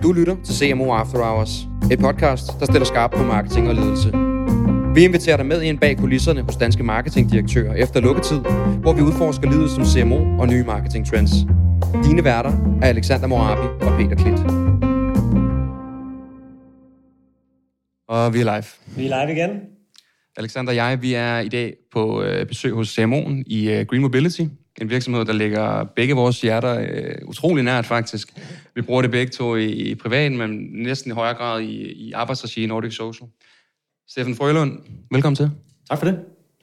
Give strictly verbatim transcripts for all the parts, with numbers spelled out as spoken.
Du lytter til C M O After Hours, et podcast, der stiller skarpt på marketing og ledelse. Vi inviterer dig med ind bag kulisserne hos danske marketingdirektører efter lukketid, hvor vi udforsker livet som C M O og nye marketing trends. Dine værter er Alexander Morabi og Peter Klit. Og vi er live. Vi er live igen. Alexander og jeg, vi er i dag på øh, besøg hos C M O'en i øh, Green Mobility. En virksomhed, der ligger begge vores hjerter øh, utrolig nært faktisk. Vi bruger det begge to i, i privat, men næsten i højere grad i, i arbejdsregi i Nordic Social. Steffen Frølund, velkommen til. Tak for det.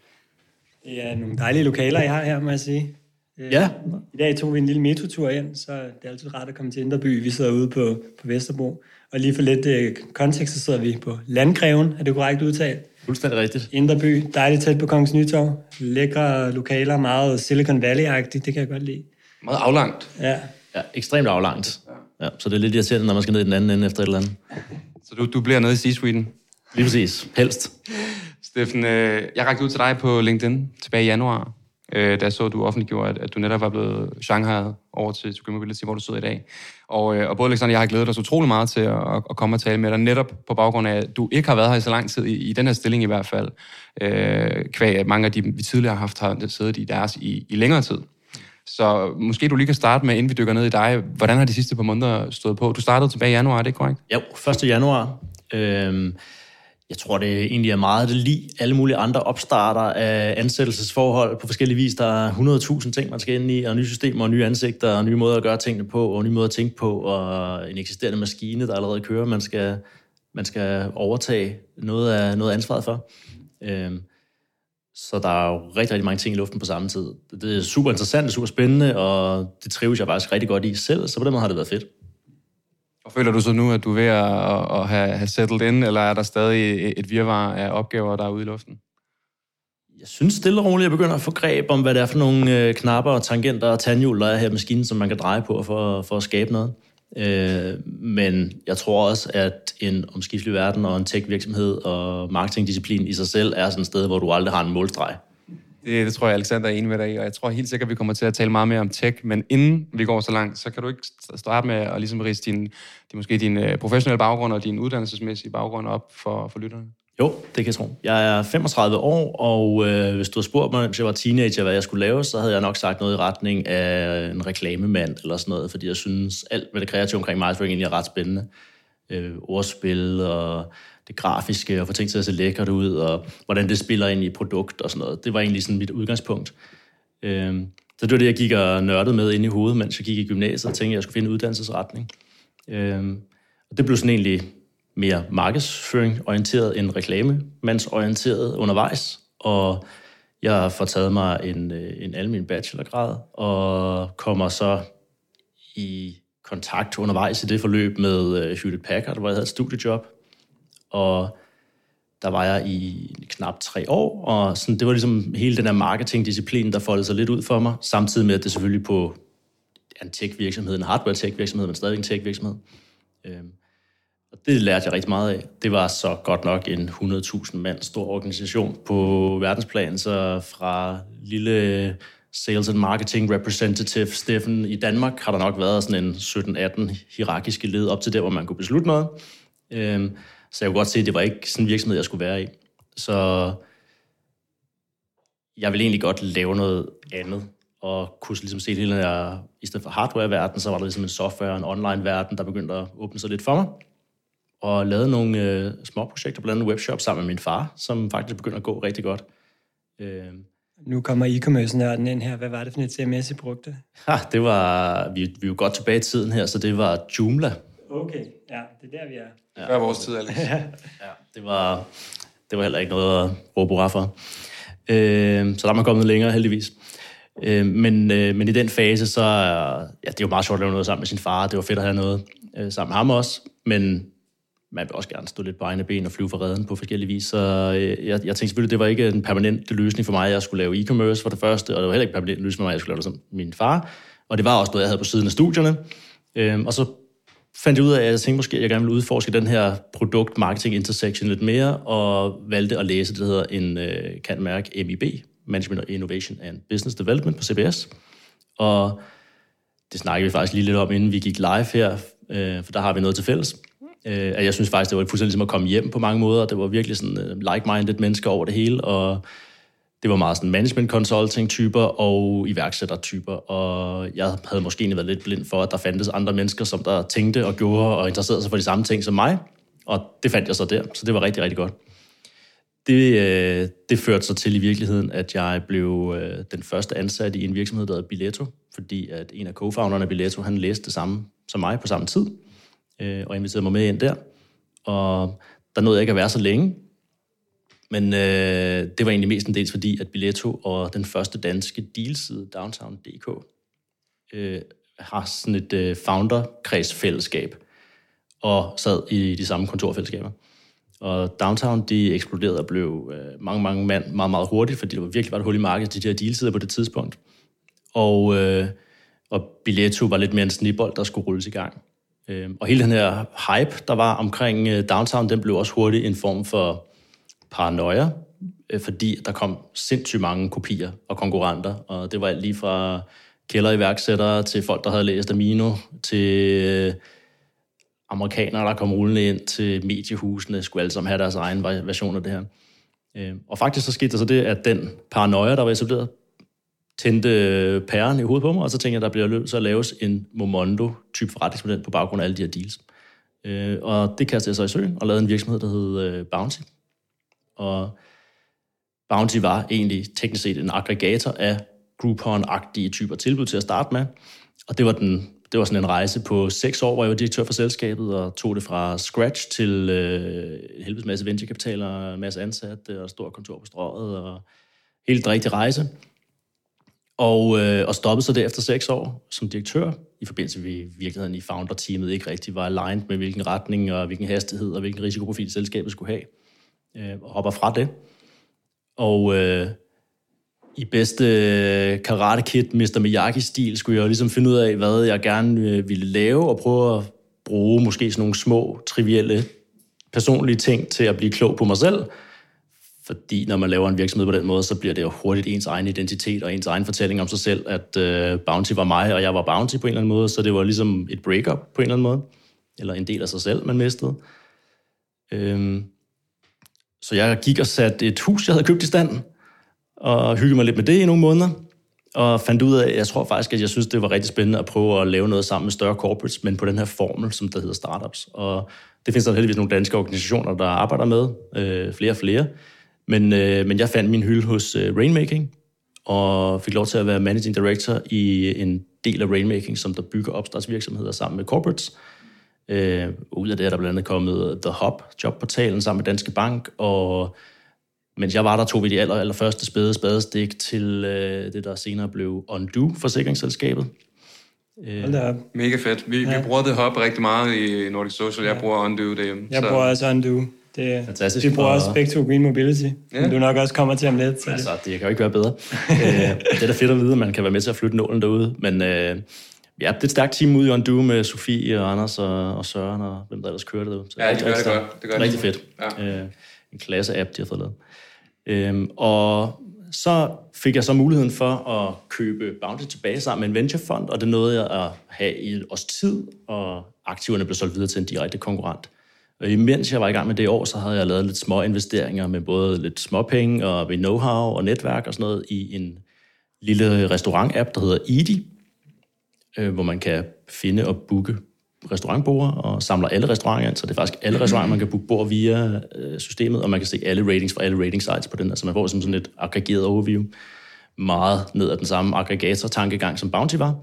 Det er nogle dejlige lokaler, I har her, må jeg sige. Ja. I dag tog vi en lille metrotur ind, så det er altid rart at komme til Indre By. Vi sidder ude på, på Vesterbro. Og lige for lidt øh, kontekst, så sidder vi på Landgreven. Er det korrekt udtalt? Fuldstændig rigtigt. Indre By, dejligt tæt på Kongens Nytorv. Lækre lokaler, meget Silicon Valley-agtigt. Det kan jeg godt lide. Meget aflangt. Ja. Ja, ekstremt aflangt. Ja, så det er lidt irriterende, når man skal ned i den anden ende efter et eller andet. Så du, du bliver nede i C-suiten? Lige præcis. Helst. Steffen, øh, jeg rakte ud til dig på LinkedIn tilbage i januar, øh, da jeg så, at du offentliggjorde, at, at du netop var blevet Shanghai over til Green Mobility, hvor du sidder i dag. Og, øh, og både Alexander og jeg har glædet os utrolig meget til at, at komme og tale med dig, netop på baggrund af, at du ikke har været her i så lang tid, i, i den her stilling i hvert fald. Øh, kvæg, at mange af de, vi tidligere har haft, har siddet i deres i, i længere tid. Så måske du lige kan starte med, inden vi dykker ned i dig. Hvordan har de sidste par måneder stået på? Du startede tilbage i januar, er det korrekt? Jo, første januar. Øhm, jeg tror, det egentlig er meget det lige alle mulige andre opstarter af ansættelsesforhold på forskellige vis. Der er hundrede tusind ting, man skal ind i, og nye systemer, og nye ansigter, og nye måder at gøre tingene på, og nye måder at tænke på, og en eksisterende maskine, der allerede kører, man skal, man skal overtage noget af, noget af ansvaret for. Øhm, Så der er jo rigtig, rigtig mange ting i luften på samme tid. Det er super interessant, det er super spændende, og det trives jeg faktisk rigtig godt i selv, så på den måde har det været fedt. Og føler du så nu, at du er ved at, at have, have settled in, eller er der stadig et virvar af opgaver, der er ude i luften? Jeg synes stille og roligt, at jeg begynder at få greb om, hvad det er for nogle knapper og tangenter og tandhjul, der er her i maskinen, som man kan dreje på for, for at skabe noget. Øh, men jeg tror også, at en omskiftelig verden og en tech-virksomhed og marketingdisciplin i sig selv er sådan et sted, hvor du aldrig har en målstreg. Det, det tror jeg, Alexander er enig med dig i, og jeg tror helt sikkert, at vi kommer til at tale meget mere om tech, men inden vi går så langt, så kan du ikke starte med at ligesom ridse din, din, måske din professionelle baggrund og din uddannelsesmæssige baggrund op for, for lytterne? Jo, det kan jeg tro. Jeg er femogtredive år, og øh, hvis du havde spurgt mig, hvis jeg var teenager, hvad jeg skulle lave, så havde jeg nok sagt noget i retning af en reklamemand eller sådan noget, fordi jeg synes, alt med det kreative omkring markedsføring egentlig er ret spændende. Øh, ordspil og det grafiske, og få ting til at se lækkert ud, og hvordan det spiller ind i produkt og sådan noget. Det var egentlig sådan mit udgangspunkt. Øh, så det var det, jeg gik og nørdede med inde i hovedet, mens jeg gik i gymnasiet, og tænkte, at jeg skulle finde en uddannelsesretning. Øh, og det blev sådan egentlig mere markedsføring-orienteret end reklamemandsorienteret undervejs, og jeg får taget mig en, en almen bachelorgrad, og kommer så i kontakt undervejs i det forløb med Hewlett Packard, hvor jeg havde et studiejob, og der var jeg i knap tre år, og sådan, det var ligesom hele den her marketingdisciplin, der foldede sig lidt ud for mig, samtidig med, at det selvfølgelig på en tech-virksomhed, en hardware-tech-virksomhed, men stadig en tech-virksomhed. Og det lærte jeg rigtig meget af. Det var så godt nok en hundrede tusind mand stor organisation på verdensplan, så fra lille sales and marketing representative Steffen i Danmark har der nok været sådan en sytten atten hierarkiske led op til der, hvor man kunne beslutte noget. Så jeg kunne godt se, at det var ikke sådan en virksomhed, jeg skulle være i. Så jeg ville egentlig godt lave noget andet, og kunne ligesom se hele den her, i stedet for hardware-verden, så var der ligesom en software- og en online-verden, der begyndte at åbne sig lidt for mig. Og lavede nogle øh, små projekter, blandt andet webshop sammen med min far, som faktisk begyndte at gå rigtig godt. Øh. Nu kommer e-commerce-nørden ind her. Hvad var det for et C M S, I brugte? Ha, det var, vi, vi er jo godt tilbage i tiden her, så det var Joomla. Okay, ja, det er der, vi er. Ja. Før vores tid, Alex. ja, det var, det var heller ikke noget at råbe hurra for. Øh, så der er man kommet længere, heldigvis. Øh, men, øh, men i den fase, så ja, det er jo meget sjovt at lave noget sammen med sin far. Det var fedt at have noget øh, sammen med ham også, men man vil også gerne stå lidt på egne ben og flyve for redden på forskellige vis. Så jeg, jeg tænkte selvfølgelig, det var ikke en permanent løsning for mig, at jeg skulle lave e-commerce for det første, og det var heller ikke en permanent løsning for mig, at jeg skulle lave det som min far. Og det var også noget, jeg havde på siden af studierne. Øhm, og så fandt jeg ud af, at jeg tænkte måske, at jeg gerne ville udforske den her produkt-marketing intersection lidt mere, og valgte at læse det, der hedder en uh, kan mærke M I B, Management of Innovation and Business Development på C B S. Og det snakkede vi faktisk lige lidt om, inden vi gik live her, øh, for der har vi noget til fælles. Øh, jeg synes faktisk, det var fuldstændig ligesom at komme hjem på mange måder. Det var virkelig sådan uh, like-minded mennesker over det hele, og det var meget sådan management consulting-typer og iværksætter-typer, og jeg havde måske egentlig været lidt blind for, at der fandtes andre mennesker, som der tænkte og gjorde og interesserede sig for de samme ting som mig, og det fandt jeg så der, så det var rigtig, rigtig godt. Det, øh, det førte så til i virkeligheden, at jeg blev øh, den første ansat i en virksomhed, der hedder Billetto, fordi at en af co-founderne af Billetto, han læste det samme som mig på samme tid, øh, og inviterede mig med ind der, og der nåede jeg ikke at være så længe, men øh, det var egentlig mest en dels fordi, at Billetto og den første danske dealside, Downtown punktum d k, øh, har sådan et øh, founder-kredsfællesskab, og sad i de samme kontorfællesskaber. Og Downtown, de eksploderede og blev øh, mange, mange mand meget, meget hurtigt, fordi det var virkelig var et hul i markedet til de her dealsider på det tidspunkt. Og, øh, og Billetto var lidt mere en snibbold, der skulle rulles i gang. Øh, og hele den her hype, der var omkring øh, Downtown, den blev også hurtigt en form for paranoia, øh, fordi der kom sindssygt mange kopier og konkurrenter, og det var alt lige fra kælderiværksættere til folk, der havde læst Amino, til øh, amerikanere, der kom rullende ind til mediehusene, skulle alle sammen have deres egen version af det her. Øh, og faktisk så skete der så det, at den paranoia, der var etableret, tændte pæren i hovedet på mig, og så tænkte jeg, at der bliver løbet så at laves en Momondo-type forretningsmodel på baggrund af alle de her deals. Øh, og det kastede jeg så i søen, og lavede en virksomhed, der hed øh, Bounty. Og Bounty var egentlig teknisk set en aggregator af Groupon-agtige typer tilbud til at starte med. Og det var, den, det var sådan en rejse på seks år, hvor jeg var direktør for selskabet, og tog det fra scratch til øh, en helvedes masse venturekapital og en masse ansatte, og stort kontor på Strøget, og helt den rigtige rejse. Og, øh, og stoppede så det efter seks år som direktør, i forbindelse med virkeligheden i founder-teamet ikke rigtig var aligned med, hvilken retning og hvilken hastighed og hvilken risikoprofil selskabet skulle have. Øh, og hopper fra det. Og øh, i bedste Karate Kid, mister Miyagi-stil, skulle jeg jo ligesom finde ud af, hvad jeg gerne ville lave, og prøve at bruge måske sådan nogle små, trivielle, personlige ting til at blive klog på mig selv. Fordi når man laver en virksomhed på den måde, så bliver det jo hurtigt ens egen identitet og ens egen fortælling om sig selv, at øh, Bounty var mig, og jeg var Bounty på en eller anden måde, så det var ligesom et break-up på en eller anden måde, eller en del af sig selv, man mistede. Øhm, så jeg gik og satte et hus, jeg havde købt i stand, og hyggede mig lidt med det i nogle måneder, og fandt ud af, jeg tror faktisk, at jeg synes, det var rigtig spændende at prøve at lave noget sammen med større corporates, men på den her formel, som der hedder startups. Og det findes der heldigvis nogle danske organisationer, der arbejder med, øh, flere og flere. Men, øh, men jeg fandt min hylde hos øh, Rainmaking, og fik lov til at være managing director i en del af Rainmaking, som der bygger opstartsvirksomheder sammen med corporates. Øh, ud af det er der blandt andet kommet The Hub, jobportalen sammen med Danske Bank, og mens jeg var der, tog vi de aller, aller første spæde spadestik til øh, det, der senere blev Undo, forsikringsselskabet. Øh, Mega fedt. Vi, ja. vi bruger The Hub rigtig meget i Nordic Social. Jeg bruger Undo derhjemme. Jeg så. bruger også Undo. Det er fantastisk. Vi bruger også begge to Green Mobility, ja. Men du nok også kommer til om lidt. Så altså, det kan jo ikke være bedre. øh, det er da fedt at vide, at man kan være med til at flytte nålen derude, men øh, ja, det er et stærkt team ude i Undo med Sofie og Anders og, og Søren og hvem der ellers kører det derude. Så ja, det gør det godt. Det gør rigtig fedt. Ja. Øh, en klasse-app, de har fået lavet. Øh, og så fik jeg så muligheden for at købe Bounty tilbage sammen med en venturefond, og det nåede jeg at have i et års tid, og aktiverne blev solgt videre til en direkte konkurrent. Og imens jeg var i gang med det år, så havde jeg lavet lidt små investeringer med både lidt småpenge og med know-how og netværk og sådan noget i en lille restaurant-app, der hedder Eady, hvor man kan finde og booke restaurantbord og samler alle restauranter, så det er faktisk alle restauranter, man kan booke bord via systemet, og man kan se alle ratings fra alle rating sites på den her, så man får sådan et aggregeret overview, meget ned ad den samme aggregator-tankegang, som Bounty var.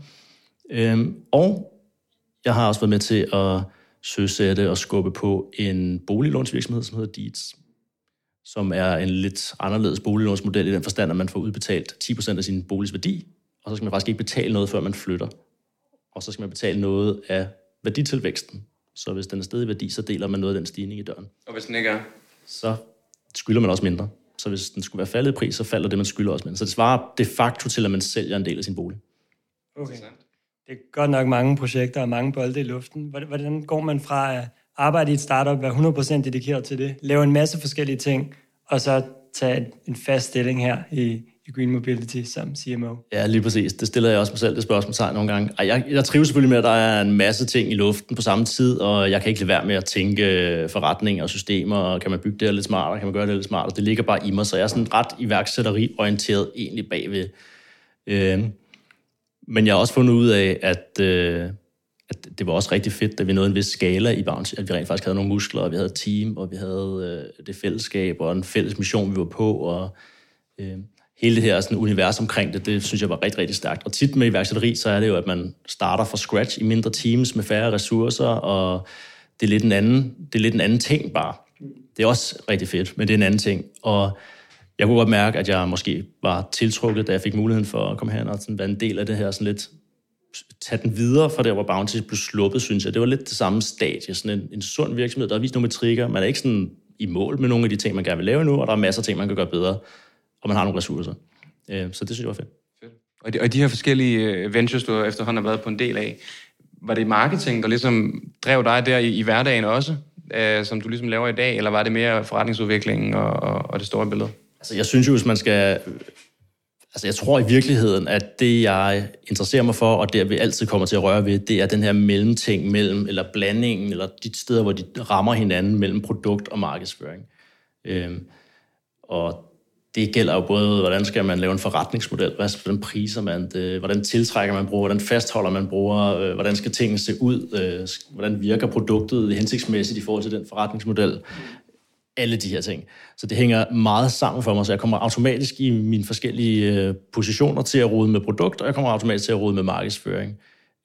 Og jeg har også været med til at søsætte og skubbe på en boliglånsvirksomhed, som hedder Deeds, som er en lidt anderledes boliglånsmodel i den forstand, at man får udbetalt ti procent af sin boligs værdi, og så skal man faktisk ikke betale noget, før man flytter. Og så skal man betale noget af værditilvæksten. Så hvis den er steget i værdi, så deler man noget af den stigning i døren. Og hvis den ikke er? Så skylder man også mindre. Så hvis den skulle være faldet i pris, så falder det, man skylder også mindre. Så det svarer de facto til, at man sælger en del af sin bolig. Okay. Det er godt nok mange projekter og mange bolde i luften. Hvordan går man fra at arbejde i et startup, være hundrede procent dedikeret til det, lave en masse forskellige ting, og så tage en fast stilling her i, i Green Mobility som C M O? Ja, lige præcis. Det stiller jeg også mig selv det spørgsmål nogle gange. Ej, jeg, jeg trives selvfølgelig med, at der er en masse ting i luften på samme tid, og jeg kan ikke lade være med at tænke forretninger og systemer, og kan man bygge det lidt smartere, kan man gøre det lidt smartere. Det ligger bare i mig, så jeg er sådan ret iværksætteriorienteret egentlig bagved. Øh, men jeg har også fundet ud af, at, øh, at det var også rigtig fedt, da vi nåede en vis skala i Bounty, at vi rent faktisk havde nogle muskler, og vi havde et team, og vi havde øh, det fællesskab, og en fælles mission, vi var på, og øh, hele det her sådan, univers omkring det, det synes jeg var rigtig, rigtig stærkt. Og tit med iværksætteri, så er det jo, at man starter fra scratch i mindre teams med færre ressourcer, og det er lidt en anden, det er lidt en anden ting bare. Det er også rigtig fedt, men det er en anden ting. Og jeg kunne godt mærke, at jeg måske var tiltrukket, da jeg fik muligheden for at komme her og sådan være en del af det her, sådan lidt tage den videre fra der, hvor Bounty blev sluppet, synes jeg. Det var lidt det samme stadie, sådan en, en sund virksomhed, der har vist nogle metrikker. Man er ikke sådan i mål med nogle af de ting, man gerne vil lave nu, og der er masser af ting, man kan gøre bedre, og man har nogle ressourcer. Så det synes jeg var fedt. fedt. Og, de, og de her forskellige ventures, du efterhånden har været på en del af, var det marketing, der ligesom drev dig der i, i hverdagen også, øh, som du ligesom laver i dag, eller var det mere forretningsudviklingen og, og, og det store billede? Altså, jeg synes jo, hvis man skal... Altså, jeg tror i virkeligheden, at det, jeg interesserer mig for, og det, vi altid kommer til at røre ved, det er den her mellemting mellem, eller blandingen, eller de steder, hvor de rammer hinanden mellem produkt og markedsføring. Øhm, og det gælder jo både, hvordan skal man lave en forretningsmodel, hvordan priser man det, hvordan tiltrækker man bruger, hvordan fastholder man bruger, hvordan skal tingene se ud, hvordan virker produktet hensigtsmæssigt i forhold til den forretningsmodel. Alle de her ting. Så det hænger meget sammen for mig, så jeg kommer automatisk i mine forskellige positioner til at rode med produkt, og jeg kommer automatisk til at rode med markedsføring.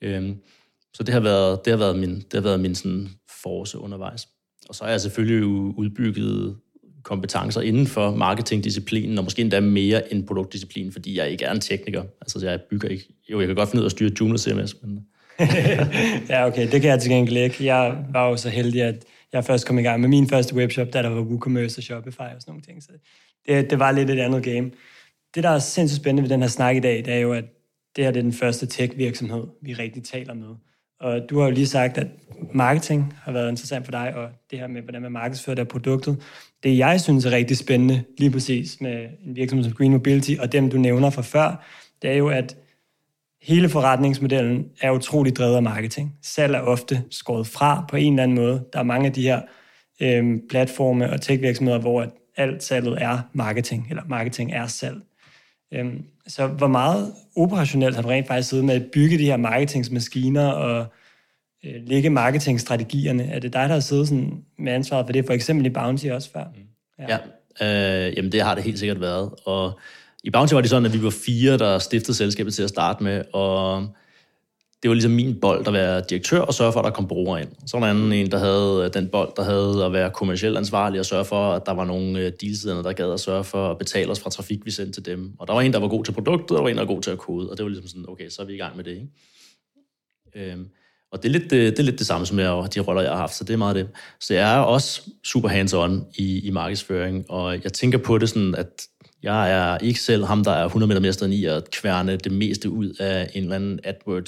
Så det har været, det har været min, det har været min sådan force undervejs. Og så har jeg selvfølgelig udbygget kompetencer inden for marketingdisciplinen, og måske endda mere end produktdisciplinen, fordi jeg ikke er en tekniker. Altså, jeg bygger ikke... Jo, jeg kan godt finde ud af at styre Joomla C M S, men... Ja, okay, det kan jeg til gengæld ikke. Jeg var jo så heldig, at jeg først kom i gang med min første webshop, da der var WooCommerce og Shopify og sådan nogle ting. Så det, det var lidt et andet game. Det, der er sindssygt spændende ved den her snak i dag, det er jo, at det her det er den første tech-virksomhed, vi rigtig taler med. Og du har jo lige sagt, at marketing har været interessant for dig, og det her med, hvordan man markedsfører det produktet. Det, jeg synes er rigtig spændende, lige præcis med en virksomhed som Green Mobility, og dem, du nævner fra før, det er jo, at hele forretningsmodellen er utrolig drevet af marketing. Salg er ofte skåret fra på en eller anden måde. Der er mange af de her øhm, platforme og tech-virksomheder, hvor alt salget er marketing, eller marketing er salg. Øhm, så hvor meget operationelt har du rent faktisk siddet med at bygge de her marketingsmaskiner og øh, lægge marketingstrategierne? Er det dig, der har siddet sådan med ansvaret for det, for eksempel i Bounty også før? Ja, ja øh, jamen det har det helt sikkert været, og i Bounty var det sådan, at vi var fire, der stiftede selskabet til at starte med, og det var ligesom min bold at være direktør og sørge for, at der kom brugere ind. Så var der anden en, der havde den bold, der havde at være kommercielt ansvarlig og sørge for, at der var nogle dealsiderne, der gad at sørge for at betale os fra trafik, vi sendte til dem. Og der var en, der var god til produktet, og der var en, der var god til at kode, og det var ligesom sådan, okay, så er vi i gang med det, ikke? Øhm, og det er, lidt, det er lidt det samme som jeg, de roller, jeg har haft, så det er meget det. Så jeg er også super hands-on i, i markedsføring, og jeg tænker på det sådan, at jeg er ikke selv ham, der er hundrede meter mesteren i at kværne det meste ud af en eller anden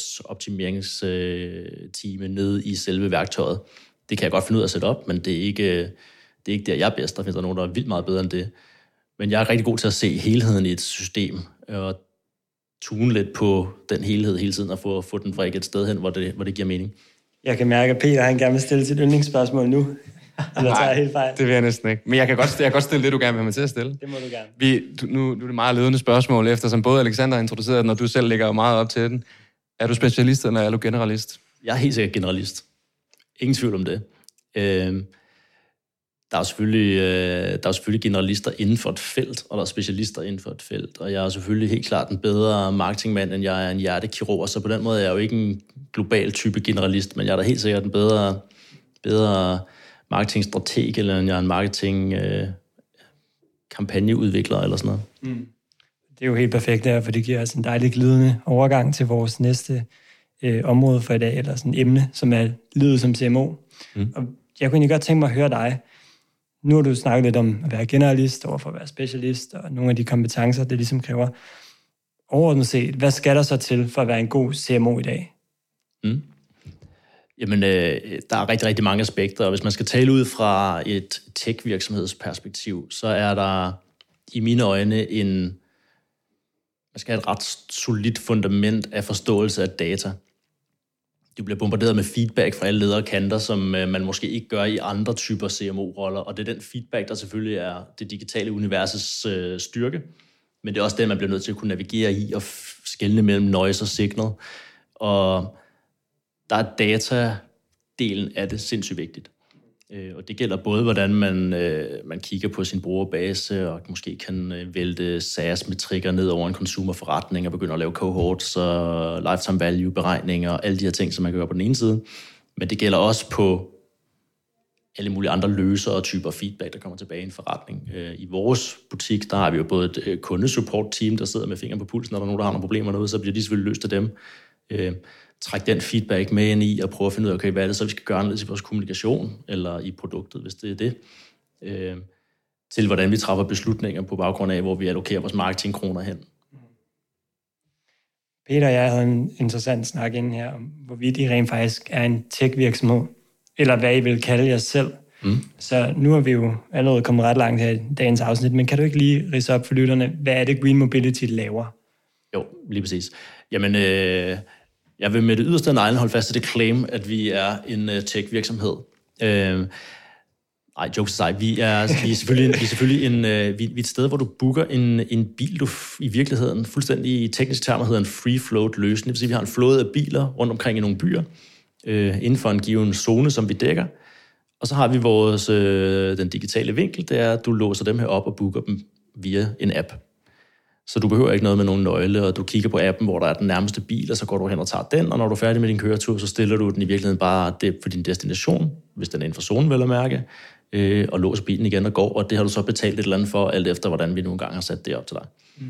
AdWords-optimeringsteam nede i selve værktøjet. Det kan jeg godt finde ud af at sætte op, men det er ikke, det er ikke der, jeg er bedst. Der findes der nogen, der er vildt meget bedre end det. Men jeg er rigtig god til at se helheden i et system, og tune lidt på den helhed hele tiden, og få, få den fra et sted hen, hvor det, hvor det giver mening. Jeg kan mærke, at Peter han gerne vil stille sit yndlingsspørgsmål nu. Eller tager jeg helt fejl? Det vil jeg næsten ikke. Men jeg kan godt, jeg kan godt stille det, du gerne vil have mig til at stille. Det må du gerne. Vi, du, nu, nu er det meget ledende spørgsmål, eftersom både Alexander har introduceret den, og du selv lægger meget op til den. Er du specialist, eller er du generalist? Jeg er helt sikkert generalist. Ingen tvivl om det. Øh, der er selvfølgelig, øh, der er selvfølgelig generalister inden for et felt, og der er specialister inden for et felt. Og jeg er selvfølgelig helt klart en bedre marketingmand, end jeg er en hjertekirurg. Så på den måde er jeg jo ikke en global type generalist, men jeg er da helt sikkert en bedre, bedre marketingstrateg, eller jeg er en marketing øh, kampagneudvikler eller sådan noget. Mm. Det er jo helt perfekt der, for det giver os en dejlig glidende overgang til vores næste øh, område for i dag, eller sådan et emne, som er livet som C M O. Mm. Og jeg kunne egentlig godt tænke mig at høre dig. Nu har du snakket lidt om at være generalist, overfor at være specialist, og nogle af de kompetencer, det ligesom kræver. Overordnet set, hvad skal der så til for at være en god C M O i dag? Mm. Jamen, øh, der er rigtig, rigtig mange aspekter, og hvis man skal tale ud fra et tech-virksomhedsperspektiv, så er der i mine øjne en man skal have et ret solidt fundament af forståelse af data. Du bliver bombarderet med feedback fra alle ledere og kanter, som øh, man måske ikke gør i andre typer C M O-roller, og det er den feedback, der selvfølgelig er det digitale universets øh, styrke, men det er også det, man bliver nødt til at kunne navigere i og skelne mellem noise og signal. Og der er datadelen af det sindssygt vigtigt. Øh, og det gælder både, hvordan man, øh, man kigger på sin brugerbase, og måske kan øh, vælte SaaS-metrikker ned over en consumer-forretning, og begynde at lave cohorts og lifetime value-beregninger, og alle de her ting, som man kan gøre på den ene side. Men det gælder også på alle mulige andre løsere og typer feedback, der kommer tilbage i en forretning. Øh, I vores butik, der har vi jo både et øh, kundesupport-team, der sidder med fingeren på pulsen, når der er nogen, der har nogle problemer derude, så bliver de selvfølgelig løst af dem. Øh, træk den feedback med ind i, og prøve at finde ud af, okay, hvad er det så, vi skal gøre anderledes i vores kommunikation, eller i produktet, hvis det er det, øh, til hvordan vi træffer beslutninger på baggrund af, hvor vi allokerer vores marketingkroner hen. Peter og jeg havde en interessant snak inden her, om hvorvidt I rent faktisk er en tech-virksomhed, eller hvad I vil kalde jer selv. Mm. Så nu er vi jo allerede kommet ret langt her i dagens afsnit, men kan du ikke lige ridse op for lytterne, hvad er det Green Mobility laver? Jo, lige præcis. Jamen, øh, jeg vil med det yderste af neglen holde fast til det claim, at vi er en uh, tech-virksomhed. Øh, Ej, jokes aside, vi er, vi er selvfølgelig, vi er selvfølgelig en, uh, vi, vi er et sted, hvor du booker en, en bil, du i virkeligheden fuldstændig i tekniske termer hedder en free-float løsning. Det vil sige, vi har en flåde af biler rundt omkring i nogle byer, øh, inden for en given zone, som vi dækker. Og så har vi vores, øh, den digitale vinkel, det er, at du låser dem her op og booker dem via en app. Så du behøver ikke noget med nogen nøgle, og du kigger på appen, hvor der er den nærmeste bil, og så går du hen og tager den, og når du er færdig med din køretur, så stiller du den i virkeligheden bare det for din destination, hvis den er inden for zonen, vel at mærke, øh, og låser bilen igen og går, og det har du så betalt et eller andet for, alt efter hvordan vi nogle gange har sat det op til dig. Mm.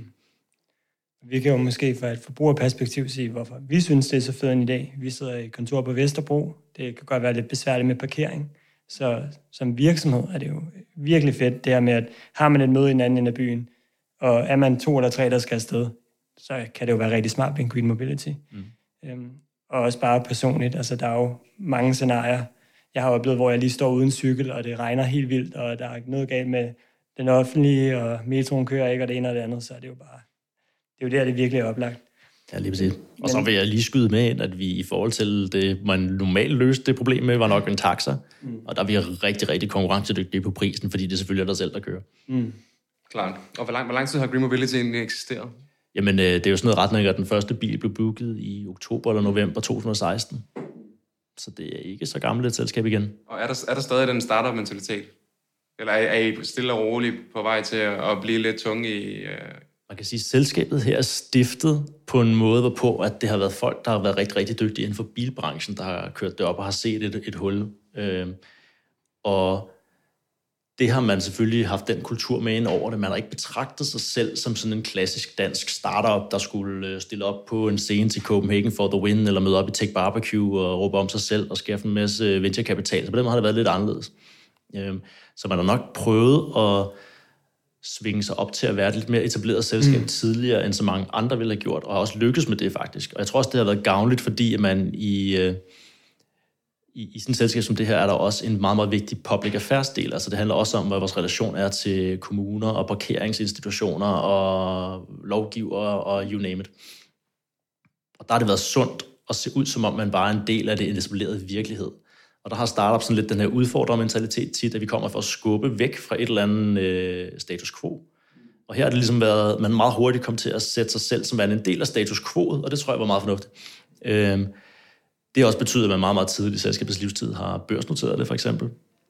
Vi kan jo måske fra et forbrugerperspektiv sige, hvorfor vi synes, det er så fedt en idé. Vi sidder i kontor på Vesterbro, det kan godt være lidt besværligt med parkering, så som virksomhed er det jo virkelig fedt, det her med, at har man et møde i den anden ende af byen, og er man to eller tre, der skal afsted, så kan det jo være rigtig smart med en Green Mobility. Mm. Øhm, og også bare personligt, altså der er jo mange scenarier. Jeg har oplevet, hvor jeg lige står uden cykel, og det regner helt vildt, og der er noget galt med den offentlige, og metroen kører ikke, og det ene og det andet, så er det jo bare, det er jo der, det virkelig er oplagt. Ja, lige præcis. Og så vil jeg lige skyde med ind, at vi i forhold til det, man normalt løste det problem med, var nok en taxa. Mm. Og der er vi rigtig, rigtig konkurrencedygtige på prisen, fordi det selvfølgelig er der selv, der kører. Mm. Klart. Og hvor lang, hvor lang tid har Green Mobility egentlig eksisteret? Jamen, øh, det er jo sådan noget retning, at den første bil blev booket i oktober eller november to tusind og seksten. Så det er ikke så gammelt et selskab igen. Og er der, er der stadig den startup-mentalitet? Eller er, er I stille og roligt på vej til at, at blive lidt tunge i... Øh... Man kan sige, at selskabet her er stiftet på en måde, hvorpå at det har været folk, der har været rigtig, rigtig dygtige inden for bilbranchen, der har kørt det op og har set et, et hul. Øh, og det har man selvfølgelig haft den kultur med ind over det. Man har ikke betragtet sig selv som sådan en klassisk dansk startup, der skulle stille op på en scene til Copenhagen for the win, eller møde op i Tech Barbecue og råbe om sig selv og skaffe en masse venturekapital. Så på den måde har det været lidt anderledes. Så man har nok prøvet at svinge sig op til at være et lidt mere etableret selskab mm. tidligere, end så mange andre ville have gjort, og har også lykkes med det faktisk. Og jeg tror også, det har været gavnligt, fordi man i... I, I sådan et selskab som det her er der også en meget, meget vigtig public affairs del. Altså det handler også om, hvad vores relation er til kommuner og parkeringsinstitutioner og lovgivere og you name it. Og der har det været sundt at se ud, som om man bare er en del af det etablerede virkelighed. Og der har startup sådan lidt den her udfordrermentalitet tit, at vi kommer for at skubbe væk fra et eller andet øh, status quo. Og her har det ligesom været, man meget hurtigt kom til at sætte sig selv som værende en del af status quoet, og det tror jeg var meget fornuftigt. Øh, Det har også betydet, at man meget, meget tidligt i selskabets livstid har børsnoteret det, for eksempel.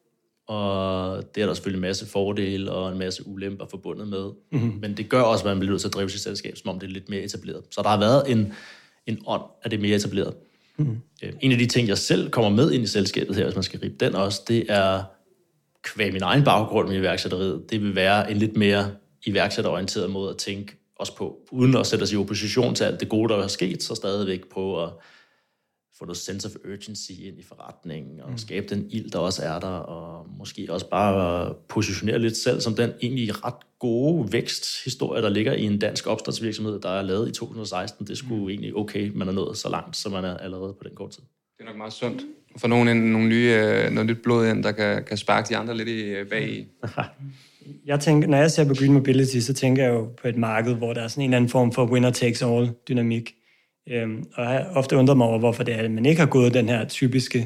Og det er der selvfølgelig en masse fordele og en masse ulemper forbundet med. Mm-hmm. Men det gør også, at man bliver nødt til at drive sit selskab, som om det er lidt mere etableret. Så der har været en, en ånd af det mere etableret. Mm-hmm. En af de ting, jeg selv kommer med ind i selskabet her, hvis man skal gribe den også, det er kvæg min egen baggrund med iværksætteriet. Det vil være en lidt mere iværksætterorienteret måde at tænke også på, uden at sætte os i opposition til alt det gode, der er sket, så stadigvæk på at få noget sense of urgency ind i forretningen, og skabe den ild, der også er der, og måske også bare positionere lidt selv som den egentlig ret gode væksthistorie, der ligger i en dansk opstartsvirksomhed, der er lavet i to tusind og seksten. Det skulle mm. egentlig okay, man er nået så langt, så man er allerede på den kort tid. Det er nok meget sundt. For nogen nogle nye, noget nyt blod ind, der kan, kan sparke de andre lidt i bag i. Jeg tænker, når jeg ser på Green Mobility, så tænker jeg jo på et marked, hvor der er sådan en eller anden form for winner-takes-all-dynamik. Øhm, og jeg har ofte undret mig over, hvorfor det er, at man ikke har gået den her typiske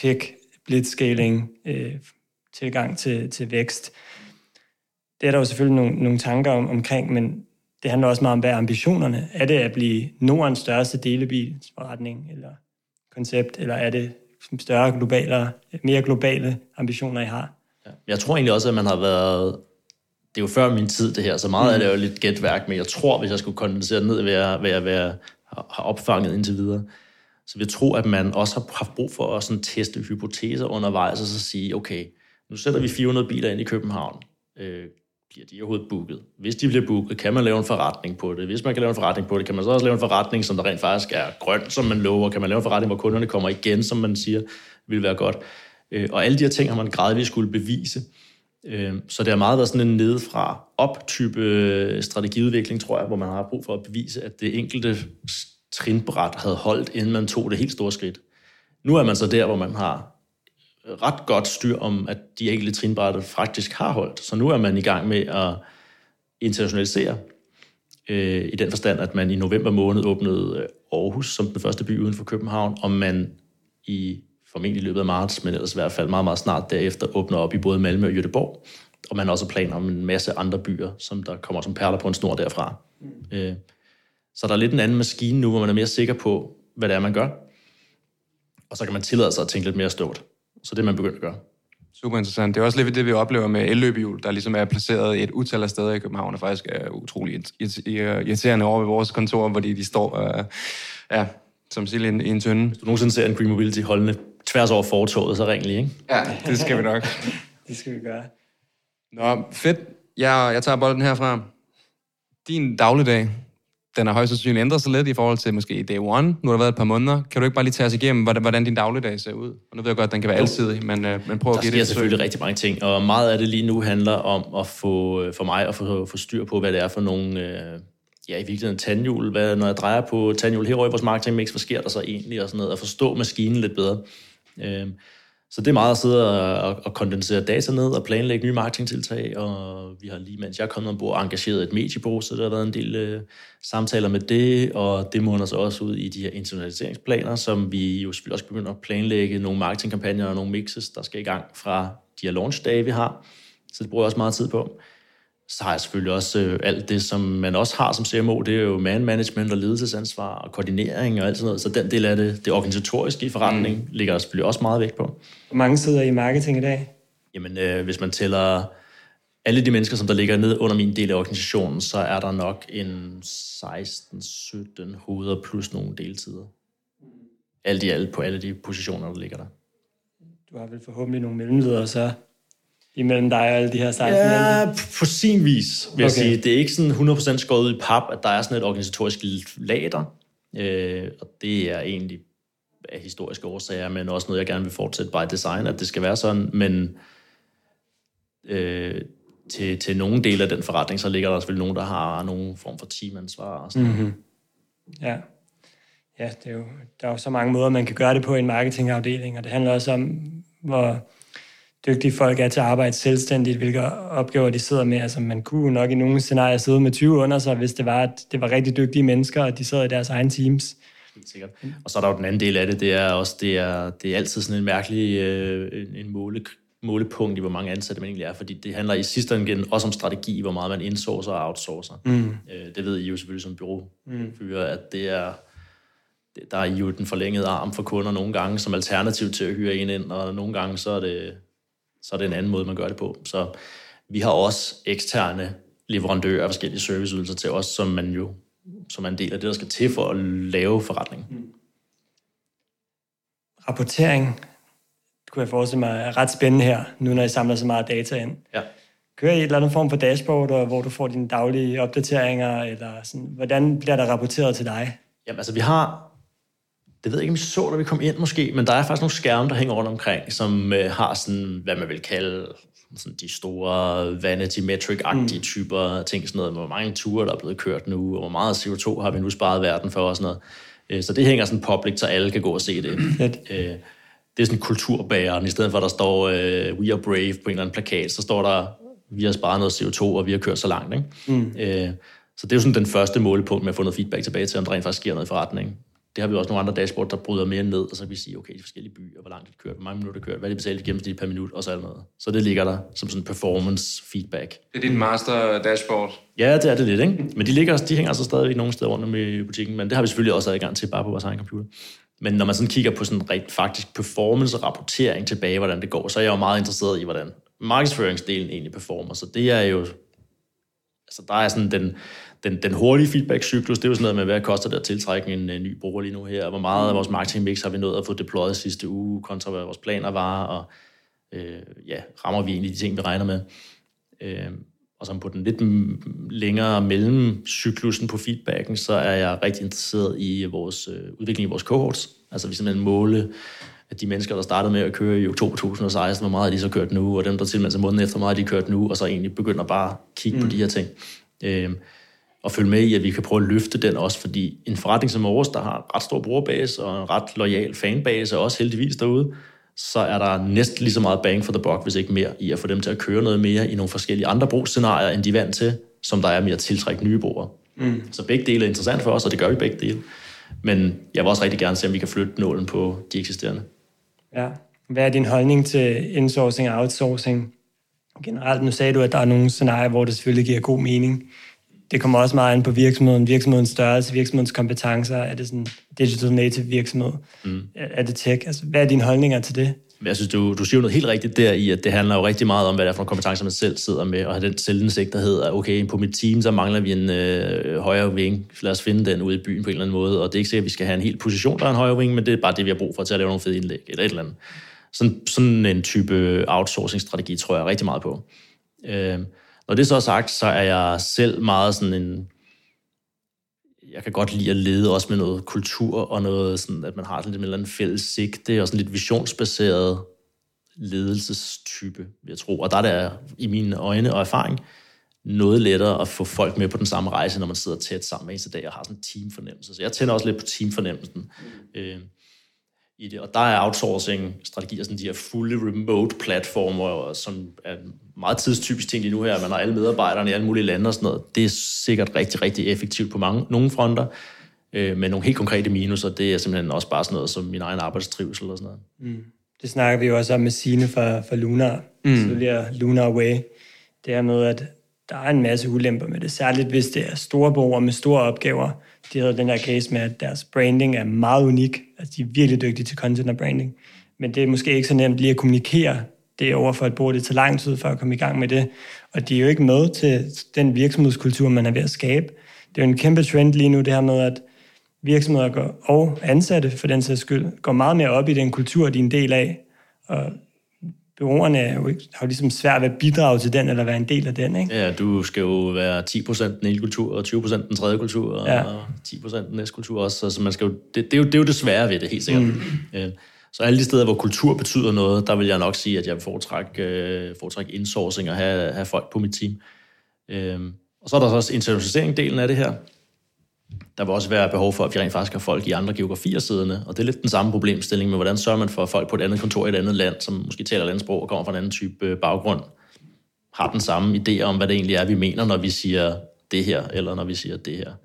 tech-blitzscaling øh, tilgang til, til vækst. Det er der jo selvfølgelig nogle, nogle tanker om, omkring, men det handler også meget om, hvad er ambitionerne? Er det at blive Nordens største delebilsforretning eller koncept, eller er det større globale, mere globale ambitioner, I har? Jeg tror egentlig også, at man har været... Det er jo før min tid, det her, så meget mm. er det jo lidt gætværk, men jeg tror, hvis jeg skulle kondensere ned, hvad jeg, hvad jeg, hvad jeg har opfanget indtil videre, så jeg tror, at man også har haft brug for at sådan teste hypoteser undervejs, og så sige, okay, nu sætter vi fire hundrede biler ind i København. Øh, bliver de overhovedet booket? Hvis de bliver booket, kan man lave en forretning på det. Hvis man kan lave en forretning på det, kan man så også lave en forretning, som der rent faktisk er grøn, som man lover. Kan man lave en forretning, hvor kunderne kommer igen, som man siger, vil være godt. Øh, og alle de her ting har man gradvist skulle bevise. Øh, så det har meget været sådan en nedefra op-type strategiudvikling, tror jeg, hvor man har brug for at bevise, at det enkelte trinbræt havde holdt, inden man tog det helt store skridt. Nu er man så der, hvor man har ret godt styr om, at de enkelte trinbrætter faktisk har holdt. Så nu er man i gang med at internationalisere øh, i den forstand, at man i november måned åbnede Aarhus som den første by uden for København, og man i formentlig i løbet af marts, men ellers i hvert fald meget, meget snart derefter åbner op i både Malmø og Göteborg, og man har også planer om en masse andre byer, som der kommer som perler på en snor derfra. Mm. Øh, så der er lidt en anden maskine nu, hvor man er mere sikker på, hvad det er, man gør, og så kan man tillade sig at tænke lidt mere stort. Så det er man begyndt at gøre. Super interessant. Det er også lidt det, vi oplever med elløbehjul, der ligesom er placeret i et utal af steder i København, og faktisk er utrolig irriterende over ved vores kontor, hvor de står uh, ja, som sild i en, i en tynde. Hvis du nogensinde ser en Green Mobility holdende tværs over fortoget, så ring lige, ikke? Ja, det skal vi nok. Det skal vi gøre. Nå, fedt. Jeg, jeg tager bolden herfra. Din dagligdag, den har højst sandsynligt ændret sig lidt i forhold til måske day one. Nu har der været et par måneder. Kan du ikke bare lige tage os igennem, hvordan din dagligdag ser ud? Og nu ved jeg godt, at den kan være alsidig, men, men prøv at give det. Der sker selvfølgelig rigtig mange ting, og meget af det lige nu handler om at få, for mig at få, få styr på, hvad det er for nogle, øh, ja i virkeligheden tandhjul. Hvad, når jeg drejer på tandhjul herovre i vores marketing mix, hvad sker der så egentlig? Og sådan noget, at forstå maskinen lidt bedre. Øh, Så det er meget at sidde og, og kondensere data ned og planlægge nye marketingtiltag, og vi har lige, mens jeg er kommet ombord, engageret et mediebureau, så der har været en del øh, samtaler med det, og det munder sig også ud i de her internationaliseringsplaner, som vi jo selvfølgelig også begynder at planlægge nogle marketingkampagner og nogle mixes, der skal i gang fra de her launch-dage, vi har. Så det bruger jeg også meget tid på. Så har jeg selvfølgelig også øh, alt det, som man også har som C M O, det er jo man-management og ledelsesansvar og koordinering og alt sådan noget. Så den del af det, det organisatoriske i forretning, mm. ligger der selvfølgelig også meget vægt på. Hvor mange sidder i marketing i dag? Jamen, øh, hvis man tæller alle de mennesker, som der ligger ned under min del af organisationen, så er der nok en seksten sytten hoveder plus nogle deltider. Alt i alt på alle de positioner, der ligger der. Du har vel forhåbentlig nogle mellemledere så imellem dig og alle de her seksten? Ja, på sin vis, vil jeg okay. sige. Det er ikke sådan hundrede procent skåret ud i pap, at der er sådan et organisatorisk lag der. Øh, og det er egentlig af historiske årsager, men også noget, jeg gerne vil fortsætte by design, at det skal være sådan. Men øh, til, til nogle dele af den forretning, så ligger der selvfølgelig nogen, der har nogen form for teamansvar og sådan mm-hmm. Ja. Ja, det er jo, der er jo så mange måder, man kan gøre det på i en marketingafdeling, og det handler også om, hvor dygtige folk er til at arbejde selvstændigt, hvilke opgaver de sidder med. Altså, man kunne nok i nogle scenarier sidde med tyve under sig, hvis det var, at det var rigtig dygtige mennesker, og de sad i deres egen teams. Helt sikkert. Og så er der jo den anden del af det, det er også, det er, det er altid sådan en mærkelig øh, en måle, målepunkt i, hvor mange ansatte man egentlig er, fordi det handler i sidste ende også om strategi, hvor meget man insourcer og outsourcer. Mm. Øh, det ved I jo selvfølgelig som bureaufyrer, mm. at det er der er jo den forlængede arm for kunder nogle gange som alternativ til at hyre en ind, og nogle gange så er det så er det en anden måde, man gør det på. Så vi har også eksterne leverandører af forskellige serviceydelser til os, som man jo som er en del af det, der skal til for at lave forretning. Mm. Rapportering, det kunne jeg forestille mig, er ret spændende her, nu når I samler så meget data ind. Ja. Kører I et eller andet form for dashboard, hvor du får dine daglige opdateringer, eller sådan, hvordan bliver der rapporteret til dig? Jamen altså, vi har det ved jeg ikke, om I så, da vi kom ind måske, men der er faktisk nogle skærme, der hænger rundt omkring, som øh, har sådan, hvad man vil kalde sådan de store vanity metric-agtige mm. typer ting, sådan noget, hvor mange ture, der er blevet kørt nu, og hvor meget C O to har vi nu sparet verden for, og sådan noget. Øh, så det hænger sådan public, så alle kan gå og se det. øh, det er sådan kulturbæreren, i stedet for at der står øh, We are brave på en eller anden plakat, så står der vi har sparet noget C O to, og vi har kørt så langt. Ikke? Mm. Øh, så det er jo sådan den første målepunkt med at få noget feedback tilbage til, om der rent faktisk sker noget i forretningen. Det har vi også nogle andre dashboard, der bryder mere ned, og så kan vi sige, okay, de forskellige byer, hvor langt det kørt, hvor mange minutter det kørt, hvad er det betalt gennemsnit per minut, og så alt noget. Så det ligger der som sådan performance feedback. Det er dit master dashboard? Ja, det er det lidt, ikke? Men de, ligger, de hænger altså stadigvæk nogle steder rundt om i butikken, men det har vi selvfølgelig også adgang til bare på vores egen computer. Men når man sådan kigger på sådan rent faktisk performance og rapportering tilbage, hvordan det går, så er jeg jo meget interesseret i, hvordan markedsføringsdelen egentlig performer. Så det er jo, altså der er sådan den, den, den hurtige feedback-cyklus, det er jo sådan noget med, hvad koster det at tiltrække en, en ny bruger lige nu her, hvor meget af vores marketing-mix har vi nået at få deployet sidste uge, kontra hvad vores planer var, og øh, ja, rammer vi egentlig de ting, vi regner med. Øh, og så på den lidt længere mellemcyklusen på feedbacken, så er jeg rigtig interesseret i vores øh, udvikling i vores cohorts. Altså vi simpelthen måle, at de mennesker, der startede med at køre i oktober to tusind og seksten, hvor meget har de så kørt nu, og dem, der tilmelder sig måneden efter, hvor meget har de kørt nu, og så egentlig begynder bare at kigge mm. på de her ting. Øh, og følge med i, at vi kan prøve at løfte den også, fordi en forretning som vores, der har ret stor brugerbase og en ret loyal fanbase, og også heldigvis derude, så er der næsten lige så meget bang for the buck, hvis ikke mere, i at få dem til at køre noget mere i nogle forskellige andre brugsscenarier, end de er vant til, som der er med at tiltrække nye brugere. Mm. Så begge dele er interessant for os, og det gør vi begge dele. Men jeg vil også rigtig gerne se, om vi kan flytte nålen på de eksisterende. Ja. Hvad er din holdning til insourcing og outsourcing? Generelt, nu sagde du, at der er nogle scenarier, hvor det selvfølgelig giver god mening. Det kommer også meget an på virksomheden, virksomhedens størrelse, virksomhedens kompetencer. Er det sådan digital native virksomhed? Mm. Er det tech? Altså, hvad er dine holdninger til det? Jeg synes, du, du siger noget helt rigtigt der i, at det handler jo rigtig meget om, hvad det er for nogle kompetencer, man selv sidder med, og have den selvindsigt, der hedder, okay, på mit team, så mangler vi en øh, højre wing. Lad os finde den ude i byen på en eller anden måde, og det er ikke sikkert, at vi skal have en hel position, der er en højre wing, men det er bare det, vi har brug for til at lave nogle fede indlæg, eller et eller andet. Sådan, sådan en type outsourcing-strategi tror jeg rigtig meget på. Øh, Når det så er sagt, så er jeg selv meget sådan en... Jeg kan godt lide at lede også med noget kultur, og noget sådan, at man har sådan lidt med en fælles sigte, og sådan lidt visionsbaseret ledelsestype, vil jeg tro. Og der er det i mine øjne og erfaring noget lettere at få folk med på den samme rejse, når man sidder tæt sammen med en til dag og har sådan en teamfornemmelse. Så jeg tænder også lidt på teamfornemmelsen. Mm. Øh, i det. Og der er outsourcing-strategier, sådan de her fulde remote-platformer, som er en meget tidstypisk ting lige nu her. Man har alle medarbejderne i alle mulige lande og sådan noget. Det er sikkert rigtig, rigtig effektivt på mange, nogle fronter, øh, med nogle helt konkrete minuser. Det er simpelthen også bare sådan noget som min egen arbejdstrivsel og sådan noget. Mm. Det snakker vi jo også om med Signe fra, fra Lunar, mm. tidligere Lunar Way. Det er med, at der er en masse ulemper med det, særligt hvis det er store brugere med store opgaver. De havde den her case med, at deres branding er meget unik. Altså, de er virkelig dygtige til content og branding. Men det er måske ikke så nemt lige at kommunikere det over for et bruger. Det tager lang tid for at komme i gang med det. Og de er jo ikke med til den virksomhedskultur, man er ved at skabe. Det er jo en kæmpe trend lige nu, det her med, at virksomheder går, og ansatte for den sags skyld, går meget mere op i den kultur, de er en del af. Og bureauerne er jo ikke, har jo ligesom svært ved at bidrage til den, eller være en del af den, ikke? Ja, du skal jo være ti procent den ene kultur, og tyve procent den tredje kultur, og ja. ti procent den næste kultur også. Så man skal jo, det, det, er jo, det er jo det svære ved det, helt sikkert. Mm. Så alle de steder, hvor kultur betyder noget, der vil jeg nok sige, at jeg vil foretrække, foretrække insourcing og have, have folk på mit team. Og så er der også internationalisering-delen af det her. Der vil også være behov for, at vi rent faktisk har folk i andre geografier siddende, og det er lidt den samme problemstilling med, hvordan sørger man for, at folk på et andet kontor i et andet land, som måske taler et andet sprog og kommer fra en anden type baggrund, har den samme idé om, hvad det egentlig er, vi mener, når vi siger det her, eller når vi siger det her.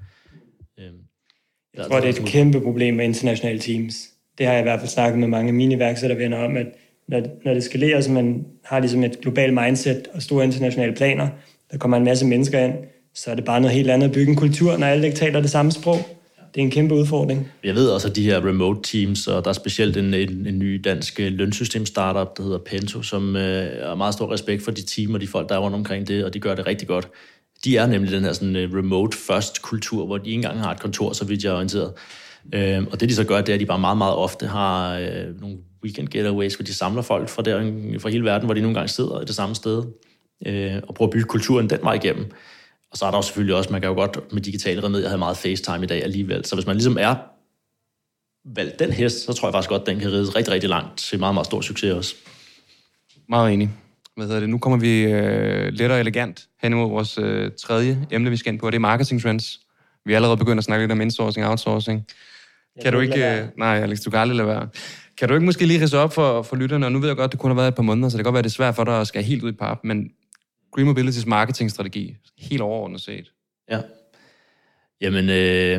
Jeg tror, det er et kæmpe problem med internationale teams. Det har jeg i hvert fald snakket med mange af mine iværksættervenner om, at når, når det skalerer, så man har ligesom et globalt mindset og store internationale planer, der kommer en masse mennesker ind, så er det bare noget helt andet at bygge en kultur, når alle ikke taler det samme sprog. Det er en kæmpe udfordring. Jeg ved også, at de her remote teams, og der er specielt en, en, en ny dansk lønsystem-startup, der hedder Pento, som øh, har meget stor respekt for de team og de folk, der er rundt omkring det, og de gør det rigtig godt. De er nemlig den her sådan, remote first kultur, hvor de ikke engang har et kontor, så vidt jeg er orienteret. Øh, og det de så gør, det er, at de bare meget, meget ofte har øh, nogle weekend getaways, hvor de samler folk fra, der, fra hele verden, hvor de nogle gange sidder i det samme sted, øh, og prøver at bygge kulturen den vej igennem. Og så er der jo selvfølgelig også, man kan jo godt med digitale remedier have meget FaceTime i dag alligevel. Så hvis man ligesom er valgt den hest, så tror jeg faktisk godt, den kan ride rigtig, rigtig langt til meget, meget stor succes også. Meget enig. Hvad hedder det? Nu kommer vi øh, let og elegant hen imod vores øh, tredje emne, vi skal ind på, og det er marketing trends. Vi er allerede begyndt at snakke lidt om insourcing og outsourcing. Kan jeg du ikke... Øh, nej, Alex, du kan aldrig lade være. Kan du ikke måske lige ridse op for, for lytterne? Og nu ved jeg godt, det kun har været et par måneder, så det kan godt være, det er svært for dig at skal helt ud i pap, men Green Mobility's marketingstrategi, helt overordnet set? Ja. Jamen, øh,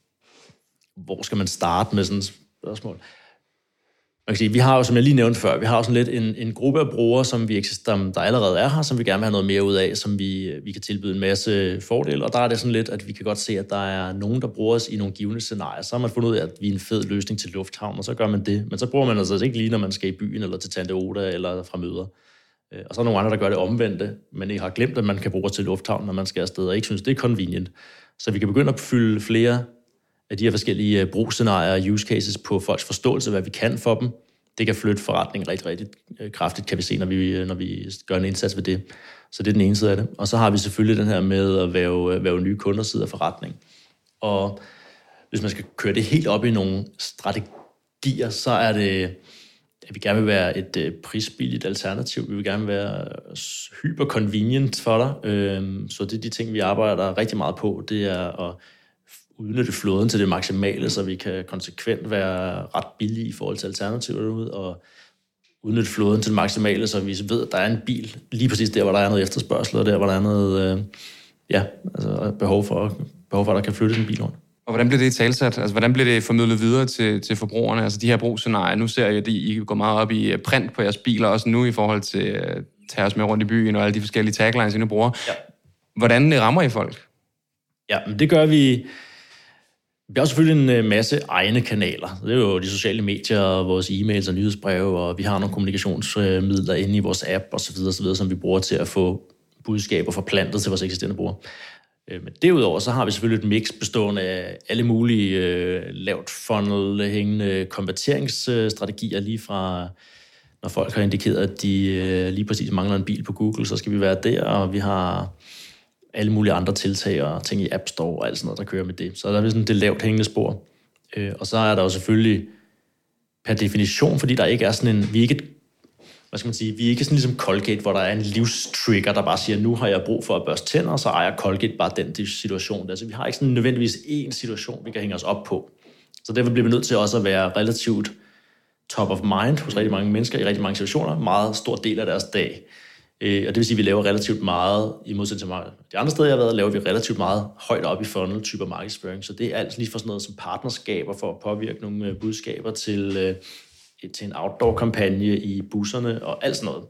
hvor skal man starte med sådan et spørgsmål? Man kan sige, vi har jo, som jeg lige nævnte før, vi har jo sådan lidt en, en gruppe af brugere, som vi der, der allerede er her, som vi gerne vil have noget mere ud af, som vi, vi kan tilbyde en masse fordele. Og der er det sådan lidt, at vi kan godt se, at der er nogen, der bruger os i nogle givende scenarier. Så har man fundet ud af, at vi er en fed løsning til lufthavn, og så gør man det. Men så bruger man altså ikke lige, når man skal i byen, eller til Tante Oda, eller fra møder. Og så er der nogle andre, der gør det omvendte, men I har glemt, at man kan bruge til lufthavn, når man skal afsted, og ikke synes, det er convenient. Så vi kan begynde at fylde flere af de her forskellige brugsscenarier og use cases på folks forståelse, hvad vi kan for dem. Det kan flytte forretningen rigtig, rigtig kraftigt, kan vi se, når vi, når vi gør en indsats ved det. Så det er den ene side af det. Og så har vi selvfølgelig den her med at være, være nye kunder side af forretning. Og hvis man skal køre det helt op i nogle strategier, så er det, at vi gerne vil være et prisbilligt alternativ. Vi vil gerne være hyper convenient for dig. Så det er de ting, vi arbejder rigtig meget på. Det er at udnytte flåden til det maksimale, så vi kan konsekvent være ret billige i forhold til alternativer derude, og udnytte flåden til det maksimale, så vi ved, at der er en bil lige præcis der, hvor der er noget efterspørgsel, og der, hvor der er noget øh, ja, altså behov, for, behov for, at der kan flyttes en bil rundt. Og hvordan bliver det talsat? Altså, hvordan bliver det formidlet videre til, til forbrugerne? Altså, de her brugsscenarier, nu ser jeg, at I går meget op i print på jeres biler, også nu i forhold til at tage os med rundt i byen, og alle de forskellige taglines, I nu bruger. Ja. Hvordan rammer I folk? Ja, men det gør vi. Vi har selvfølgelig en masse egne kanaler. Det er jo de sociale medier, vores e-mails og nyhedsbreve, og vi har nogle kommunikationsmidler inde i vores app osv., osv., som vi bruger til at få budskaber forplantet til vores eksisterende brugere. Men derudover så har vi selvfølgelig et mix bestående af alle mulige øh, lavt funnel hængende konverteringsstrategier, lige fra når folk har indikeret, at de øh, lige præcis mangler en bil på Google, så skal vi være der, og vi har alle mulige andre tiltag og ting i App Store og alt sådan noget, der kører med det. Så der er sådan det lavt hængende spor. Øh, og så er der jo selvfølgelig per definition, fordi der ikke er sådan en, vi er ikke, hvad skal man sige, vi er ikke sådan ligesom Colgate, hvor der er en livstrigger, der bare siger, nu har jeg brug for at børste tænder, og så ejer Colgate bare den situation. Altså vi har ikke sådan nødvendigvis én situation, vi kan hænge os op på. Så derfor bliver vi nødt til også at være relativt top of mind hos rigtig mange mennesker i rigtig mange situationer, meget stor del af deres dag. Og det vil sige, at vi laver relativt meget, i modsætning til de andre steder, jeg har været, laver vi relativt meget højt op i funnel-typer markedsføring. Så det er alt lige for sådan noget som partnerskaber for at påvirke nogle budskaber til, til en outdoor-kampagne i busserne og alt sådan noget.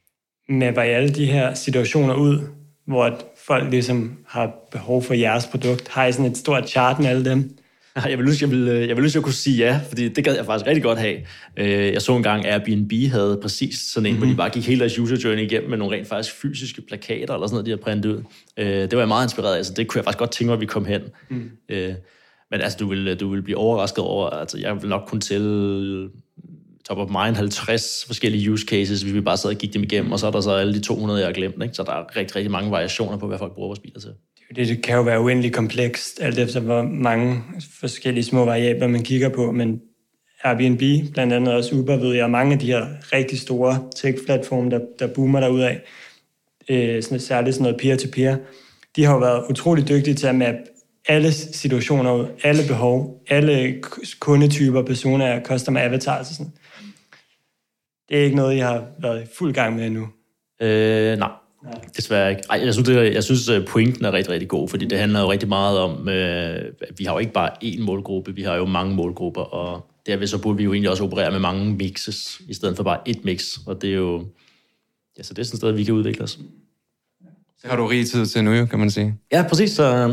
Med var alle de her situationer ud, hvor folk ligesom har behov for jeres produkt, har I sådan et stort chart med alle dem? Jeg vil lyst, jeg vil, jeg vil lyst, jeg kunne sige ja, fordi det gad jeg faktisk rigtig godt have. Jeg så engang, Airbnb havde præcis sådan en, mm-hmm. hvor de bare gik hele deres user journey igennem med nogle rent faktisk fysiske plakater eller sådan noget, de har printet ud. Det var jeg meget inspireret af, så det kunne jeg faktisk godt tænke mig, at vi kom hen. Mm. Men altså, du vil, du vil blive overrasket over, altså jeg vil nok kunne tælle top of mind halvtreds forskellige use cases, hvis vi bare sad og gik dem igennem, og så er der så alle de to hundrede, jeg har glemt, ikke? Så der er rigtig, rigtig mange variationer på, hvad folk bruger vores biler til. Det kan jo være uendelig komplekst, alt efter hvor mange forskellige små variabler man kigger på, men Airbnb, blandt andet også Uber, ved jeg, mange af de her rigtig store tech-platforme, der, der boomer derudad, øh, sådan, særligt sådan noget peer-to-peer, de har jo været utrolig dygtige til at mappe alle situationer ud, alle behov, alle kundetyper, personer, customer avatars og sådan. Det er ikke noget, jeg har været i fuld gang med endnu. Øh, nej. Nej. Desværre ikke. Ej, jeg synes, det, jeg synes, pointen er rigtig, rigtig god, fordi det handler jo rigtig meget om, øh, vi har jo ikke bare én målgruppe, vi har jo mange målgrupper, og derved så burde vi jo egentlig også operere med mange mixes, i stedet for bare ét mix, og det er jo, ja, så det er sådan et sted, vi kan udvikle os. Så har du rig tid til nu, kan man sige. Ja, præcis, så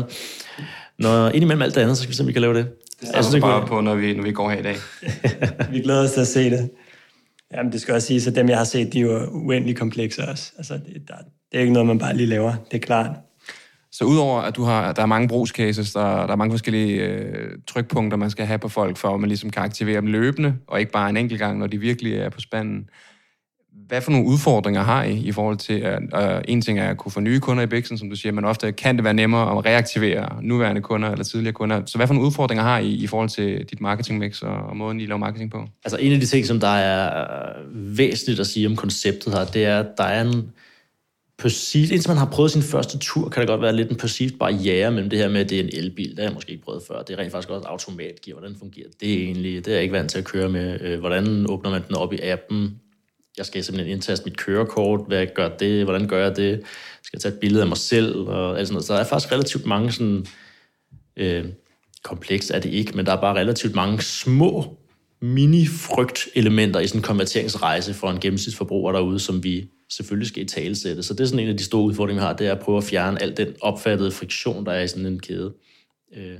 når indimellem alt det andet, så skal vi se, om vi kan lave det. Det er altså bare på, når vi, når vi går her i dag. Vi glæder os til at se det. Jamen, det skal også sige, at dem, jeg har set, de er jo uendelig komplekse også. Altså, det, der, det er ikke noget, man bare lige laver. Det er klart. Så udover, at du har, der er mange brugscases, der, der er mange forskellige øh, trykpunkter, man skal have på folk, for at man ligesom kan aktivere dem løbende, og ikke bare en enkelt gang, når de virkelig er på spanden. Hvad for nogle udfordringer har I i forhold til, at øh, en ting er at kunne få nye kunder i Bixen, som du siger, men ofte kan det være nemmere at reaktivere nuværende kunder eller tidligere kunder. Så hvad for nogle udfordringer har I i forhold til dit marketingmix og, og måden, I laver marketing på? Altså en af de ting, som der er væsentligt at sige om konceptet her, det er, at der er en perceived, indtil man har prøvet sin første tur, kan det godt være lidt en perceived barriere mellem det her med, at det er en elbil. Det har jeg måske ikke prøvet før. Det er rent faktisk også automatgear. Hvordan fungerer det egentlig? Det er jeg ikke vant til at køre med. Hvordan åbner man den op i appen? Jeg skal simpelthen indtaste mit kørekort. Hvad gør det? Hvordan gør jeg det? skal tage et billede af mig selv, og alt sådan noget. Så der er faktisk relativt mange sådan, øh, kompleks er det ikke, men der er bare relativt mange små mini-frygt-elementer i sådan en konverteringsrejse for en gennemsnitsforbruger derude, som vi selvfølgelig skal i talesætte. Så det er sådan en af de store udfordringer, vi har, det er at prøve at fjerne al den opfattede friktion, der er i sådan en kæde. Øh,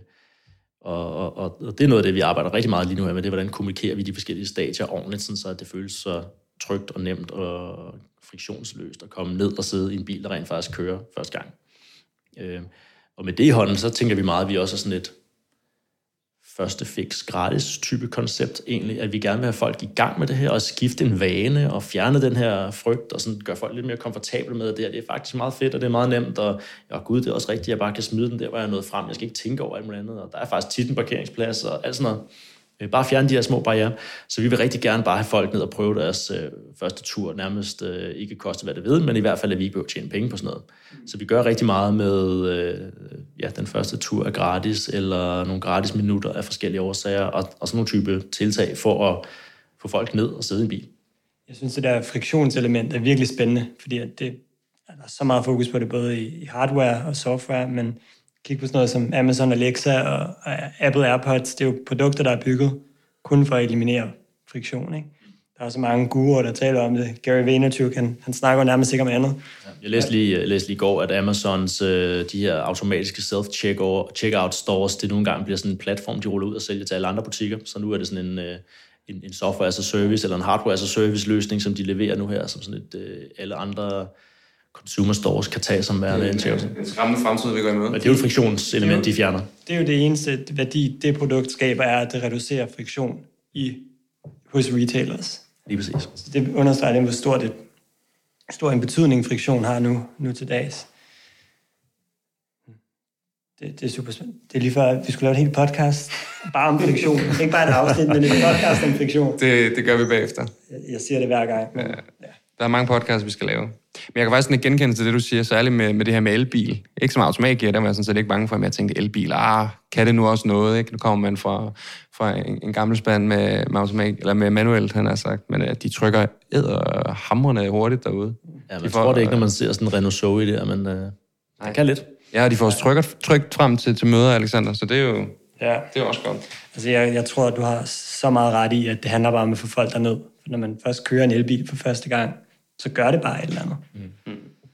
og, og, og det er noget af det, vi arbejder rigtig meget lige nu her med, det er, hvordan kommunikerer vi de forskellige stadier ordentligt, sådan så det føles så trygt og nemt og friktionsløst at komme ned og sidde i en bil, der rent faktisk kører første gang. Øh, og med det i hånden, så tænker vi meget, at vi også er sådan et første fix gratis type koncept egentlig, at vi gerne vil have folk i gang med det her, og skifte en vane, og fjerne den her frygt, og sådan gøre folk lidt mere komfortable med det her. Det er faktisk meget fedt, og det er meget nemt, og ja, gud, det er også rigtigt, jeg bare kan smide den der, hvor jeg er nået frem. Jeg skal ikke tænke over alt muligt andet, og der er faktisk tit en parkeringsplads, og alt sådan noget. Bare fjerne de her små barrierer. Så vi vil rigtig gerne bare have folk ned og prøve deres øh, første tur, nærmest øh, ikke koste hvad det ved, men i hvert fald, at vi ikke behøver tjene penge på sådan noget. Så vi gør rigtig meget med, øh, ja, den første tur er gratis, eller nogle gratis minutter af forskellige årsager, og, og sådan nogle type tiltag for at få folk ned og sidde i en bil. Jeg synes, det der friktionselement er virkelig spændende, fordi at det, der er så meget fokus på det, både i, i hardware og software, men kig på sådan noget som Amazon Alexa og, og Apple AirPods, det er jo produkter, der er bygget kun for at eliminere friktion, ikke? Der er så mange guruer, der taler om det. Gary Vaynerchuk, han, han snakker nærmest ikke om andet. Jeg læste lige, jeg læste lige i går, at Amazons, de her automatiske self-checkout stores, det nogle gange bliver sådan en platform, de ruller ud og sælger til alle andre butikker. Så nu er det sådan en, en, en software as a service, eller en hardware as a service løsning, som de leverer nu her, som sådan et, alle andre consumer stores kan tage som værende en checkout. En skræmmende fremtid, vi går imod. Men det er jo et friktionselement, de fjerner. Det er jo det eneste værdi, det produkt skaber, er, at det reducerer friktion i, hos retailers. Lige præcis. Så det understreger, hvor stor, det, stor en betydning friktion har nu, nu til dags. Det, det er super spændende. Det er lige før, vi skulle lave et helt podcast bare om friktion. Ikke bare et afsnit, men et podcast om friktion. Det, det gør vi bagefter. Jeg, jeg siger det hver gang. Men, ja. Der er mange podcasts, vi skal lave. Men jeg kan faktisk ikke genkende til det, du siger, særligt med, med det her med elbil. Ikke som automatgear, der var jeg sådan set ikke bange for, at jeg tænkte elbil. Ah, kan det nu også noget? Ikke? Nu kommer man fra, fra en, en gammel spand med, med, automat, eller med manuelt, han har sagt. Men de trykker edderhamrende hurtigt derude. Ja, man de får, tror det ikke, når man ser sådan en Renault Zoe der, men øh, det kan lidt. Ja, de får også trykt, trykt frem til, til møder, Alexander, så det er jo, ja. Det er også godt. Altså, jeg, jeg tror, at du har så meget ret i, at det handler bare om at få folk derned. For når man først kører en elbil for første gang, så gør det bare et eller andet. Mm.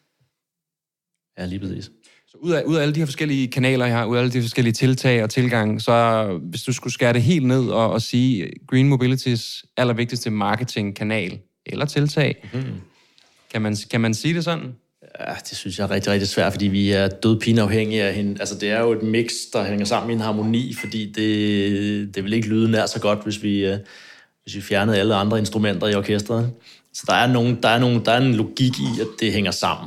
Ja, lige præcis. Så ud af, ud af alle de her forskellige kanaler, jeg har, ud af alle de forskellige tiltag og tilgang, så hvis du skulle skære det helt ned og, og sige Green Mobilitys allervigtigste marketingkanal eller tiltag, mm. kan, man, kan man sige det sådan? Ja, det synes jeg er rigtig, rigtig svært, fordi vi er dødpinafhængige af hende. Altså, det er jo et mix, der hænger sammen i en harmoni, fordi det, det vil ikke lyde nær så godt, hvis vi, hvis vi fjernede alle andre instrumenter i orkestret. Så der er, nogen, der, er nogen, der er en logik i, at det hænger sammen.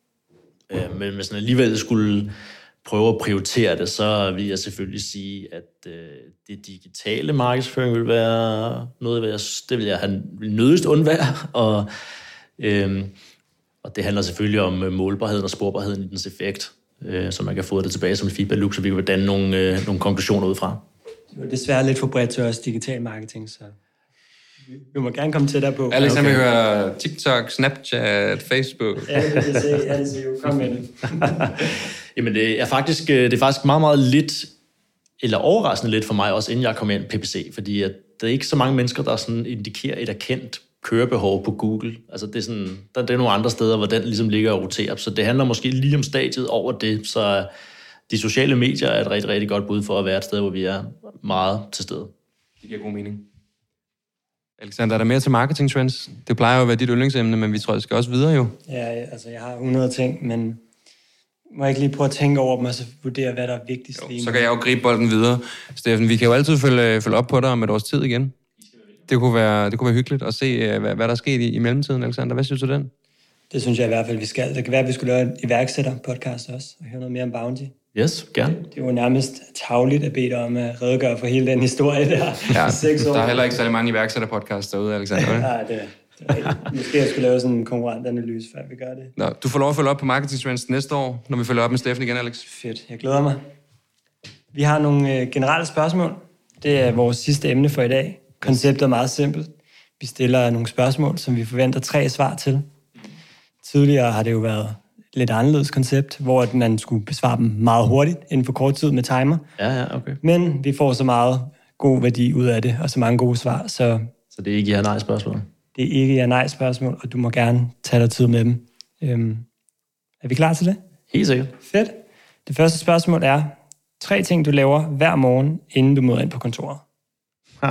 Øh, men hvis man alligevel skulle prøve at prioritere det, så vil jeg selvfølgelig sige, at øh, det digitale markedsføring vil være noget, jeg, det vil jeg have nødigst undvære. Og, øh, og det handler selvfølgelig om målbarheden og sporbarheden i dens effekt, øh, så man kan få det tilbage som et feedback loop, så vi kan danne nogle, øh, nogle konklusioner ud fra. Det er desværre lidt for bredt til os digital marketing, så vi må gerne komme tættere på. Alex, okay. Vi hører TikTok, Snapchat, Facebook. Ja, det vil jeg sige. Ja, det siger jo. Kom med det. Jamen, det er, faktisk, det er faktisk meget, meget lidt, eller overraskende lidt for mig, også inden jeg kom ind på P P C, fordi at der er ikke så mange mennesker, der sådan indikerer et erkendt kørebehov på Google. Altså, det er, sådan, der, det er nogle andre steder, hvor den ligesom ligger og roterer. Så det handler måske lige om stadiet over det, så de sociale medier er et rigtig, rigtig godt bud for at være et sted, hvor vi er meget til stede. Det giver god mening. Alexander, er der mere til marketing trends? Det plejer jo at være dit yndlingsemne, men vi tror, det skal også videre jo. Ja, altså jeg har hundrede ting, men må jeg ikke lige prøve at tænke over dem, og så vurdere, hvad der er vigtigst jo, lige. Så kan jeg jo gribe bolden videre. Steffen, vi kan jo altid følge, følge op på dig om et års tid igen. Det kunne være, det kunne være hyggeligt at se, hvad, hvad der er sket i, i mellemtiden, Alexander. Hvad synes du den? Det synes jeg i hvert fald, vi skal. Det kan være, at vi skulle lave en iværksætter-podcast også, og høre noget mere om Bounty. Yes, gerne. Det, det er jo nærmest tagligt at bede dig om at redegøre for hele den historie der. Ja, seks år. Der er heller ikke særlig mange iværksætter-podcasts derude, Alexander. Nej, det, det er rigtigt. Måske jeg skulle lave sådan en konkurrentanalyse, før vi gør det. Nå, du får lov at følge op på marketing trends næste år, når vi følger op med Steffen igen, Alex. Fedt, jeg glæder mig. Vi har nogle øh, generelle spørgsmål. Det er vores sidste emne for i dag. Konceptet er meget simpelt. Vi stiller nogle spørgsmål, som vi forventer tre svar til. Tidligere har det jo været lidt anderledes koncept, hvor man skulle besvare dem meget hurtigt, inden for kort tid med timer. Ja, ja, okay. Men vi får så meget god værdi ud af det, og så mange gode svar, så... Så det er ikke ja-nej-spørgsmål? Det er ikke ja-nej-spørgsmål, og du må gerne tage dig tid med dem. Øhm, er vi klar til det? Helt sikkert. Fedt. Det første spørgsmål er, tre ting, du laver hver morgen, inden du møder ind på kontoret. Ha.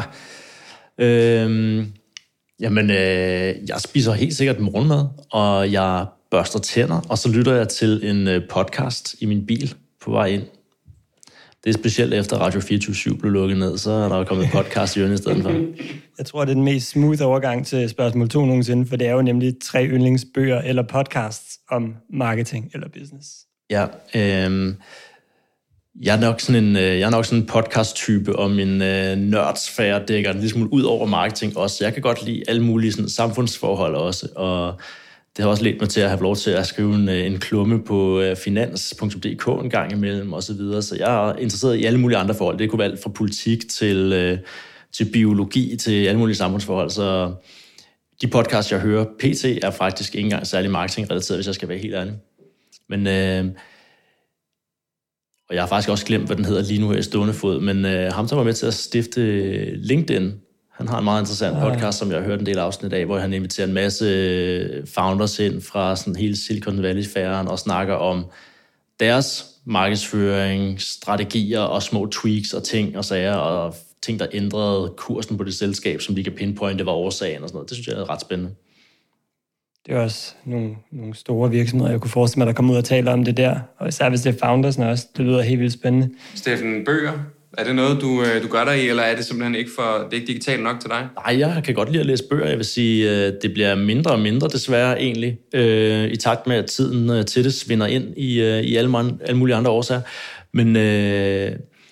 Øhm, jamen, øh, jeg spiser helt sikkert morgenmad, og jeg børster tænder, og så lytter jeg til en øh, podcast i min bil på vej ind. Det er specielt efter Radio fireogtyve syv blev lukket ned, så er der kommet podcast i ørene i stedet for. Jeg tror, det er den mest smooth overgang til spørgsmål to nogensinde, for det er jo nemlig tre yndlingsbøger eller podcasts om marketing eller business. Ja, øh, jeg er nok sådan en, jeg er nok sådan en podcast-type om en øh, nørdsfære dækker en lille smule ud over marketing også. Jeg kan godt lide alle mulige sådan, samfundsforhold også, og det har også ledt mig til at have lov til at skrive en, en klumme på finans punktum d k en gang imellem og så videre. Så jeg er interesseret i alle mulige andre forhold. Det kunne være alt fra politik til, til biologi til alle mulige samfundsforhold. Så de podcasts, jeg hører pt. Er faktisk ikke engang særlig marketingrelateret, hvis jeg skal være helt ærlig. Men, øh, og jeg har faktisk også glemt, hvad den hedder lige nu her i stående fod, men øh, ham, der var med til at stifte LinkedIn, han har en meget interessant podcast, som jeg har hørt en del afsnit af, hvor han inviterer en masse founders ind fra sådan hele Silicon Valley-sfæren og snakker om deres markedsføring, strategier og små tweaks og ting og sager og ting, der ændrede kursen på det selskab, som de kan pinpointe var årsagen og sådan noget. Det synes jeg er ret spændende. Det er også nogle, nogle store virksomheder, jeg kunne forestille mig, der kommer ud og taler om det der. Og især hvis det er founders også. Det lyder helt vildt spændende. Steffen, bøger? Er det noget, du, du gør dig i, eller er det simpelthen ikke for, det er ikke digitalt nok til dig? Nej, jeg kan godt lide at læse bøger. Jeg vil sige, det bliver mindre og mindre desværre egentlig, øh, i takt med, at tiden til det svinder ind i, i alle, man, alle mulige andre årsager. Men, øh,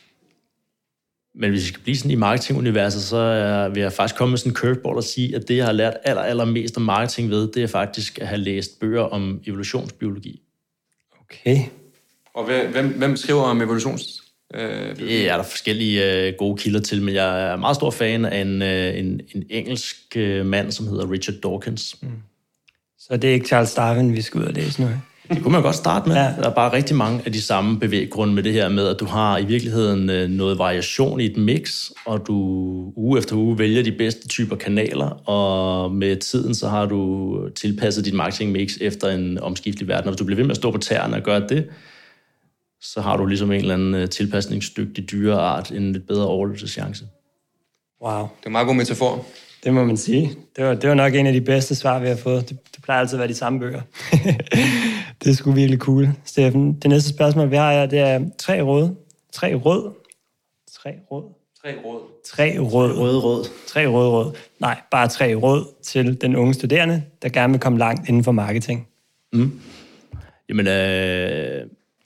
men hvis vi skal blive sådan i marketinguniverset, så er, vil jeg faktisk komme med sådan en curveball og sige, at det, jeg har lært aller, aller mest om marketing ved, det er faktisk at have læst bøger om evolutionsbiologi. Okay. Og hvem, hvem skriver om evolutions? Det er der forskellige øh, gode kilder til, men jeg er meget stor fan af en, øh, en, en engelsk øh, mand, som hedder Richard Dawkins. Mm. Så det er ikke Charles Darwin, vi skal ud og læse nu? Det kunne man godt starte med. Ja. Der er bare rigtig mange af de samme bevæggrunde med det her med, at du har i virkeligheden øh, noget variation i et mix, og du uge efter uge vælger de bedste typer kanaler, og med tiden så har du tilpasset dit marketingmix efter en omskiftelig verden. Og hvis du bliver ved med at stå på tæerne og gøre det, så har du ligesom en eller anden tilpasningsdygtig dyreart en lidt bedre overlevelseschance. Wow. Det er en meget god metafor. Det må man sige. Det var, det var nok en af de bedste svar, vi har fået. Det, det plejer altid at være de samme bøger. Det er sgu virkelig cool, Steffen. Det næste spørgsmål, vi har her, det er tre råd. Tre råd. Tre råd. Tre råd. Tre råd. Røde råd. Tre røde råd. Nej, bare tre råd til den unge studerende, der gerne vil komme langt inden for marketing. Mm. Jamen, øh...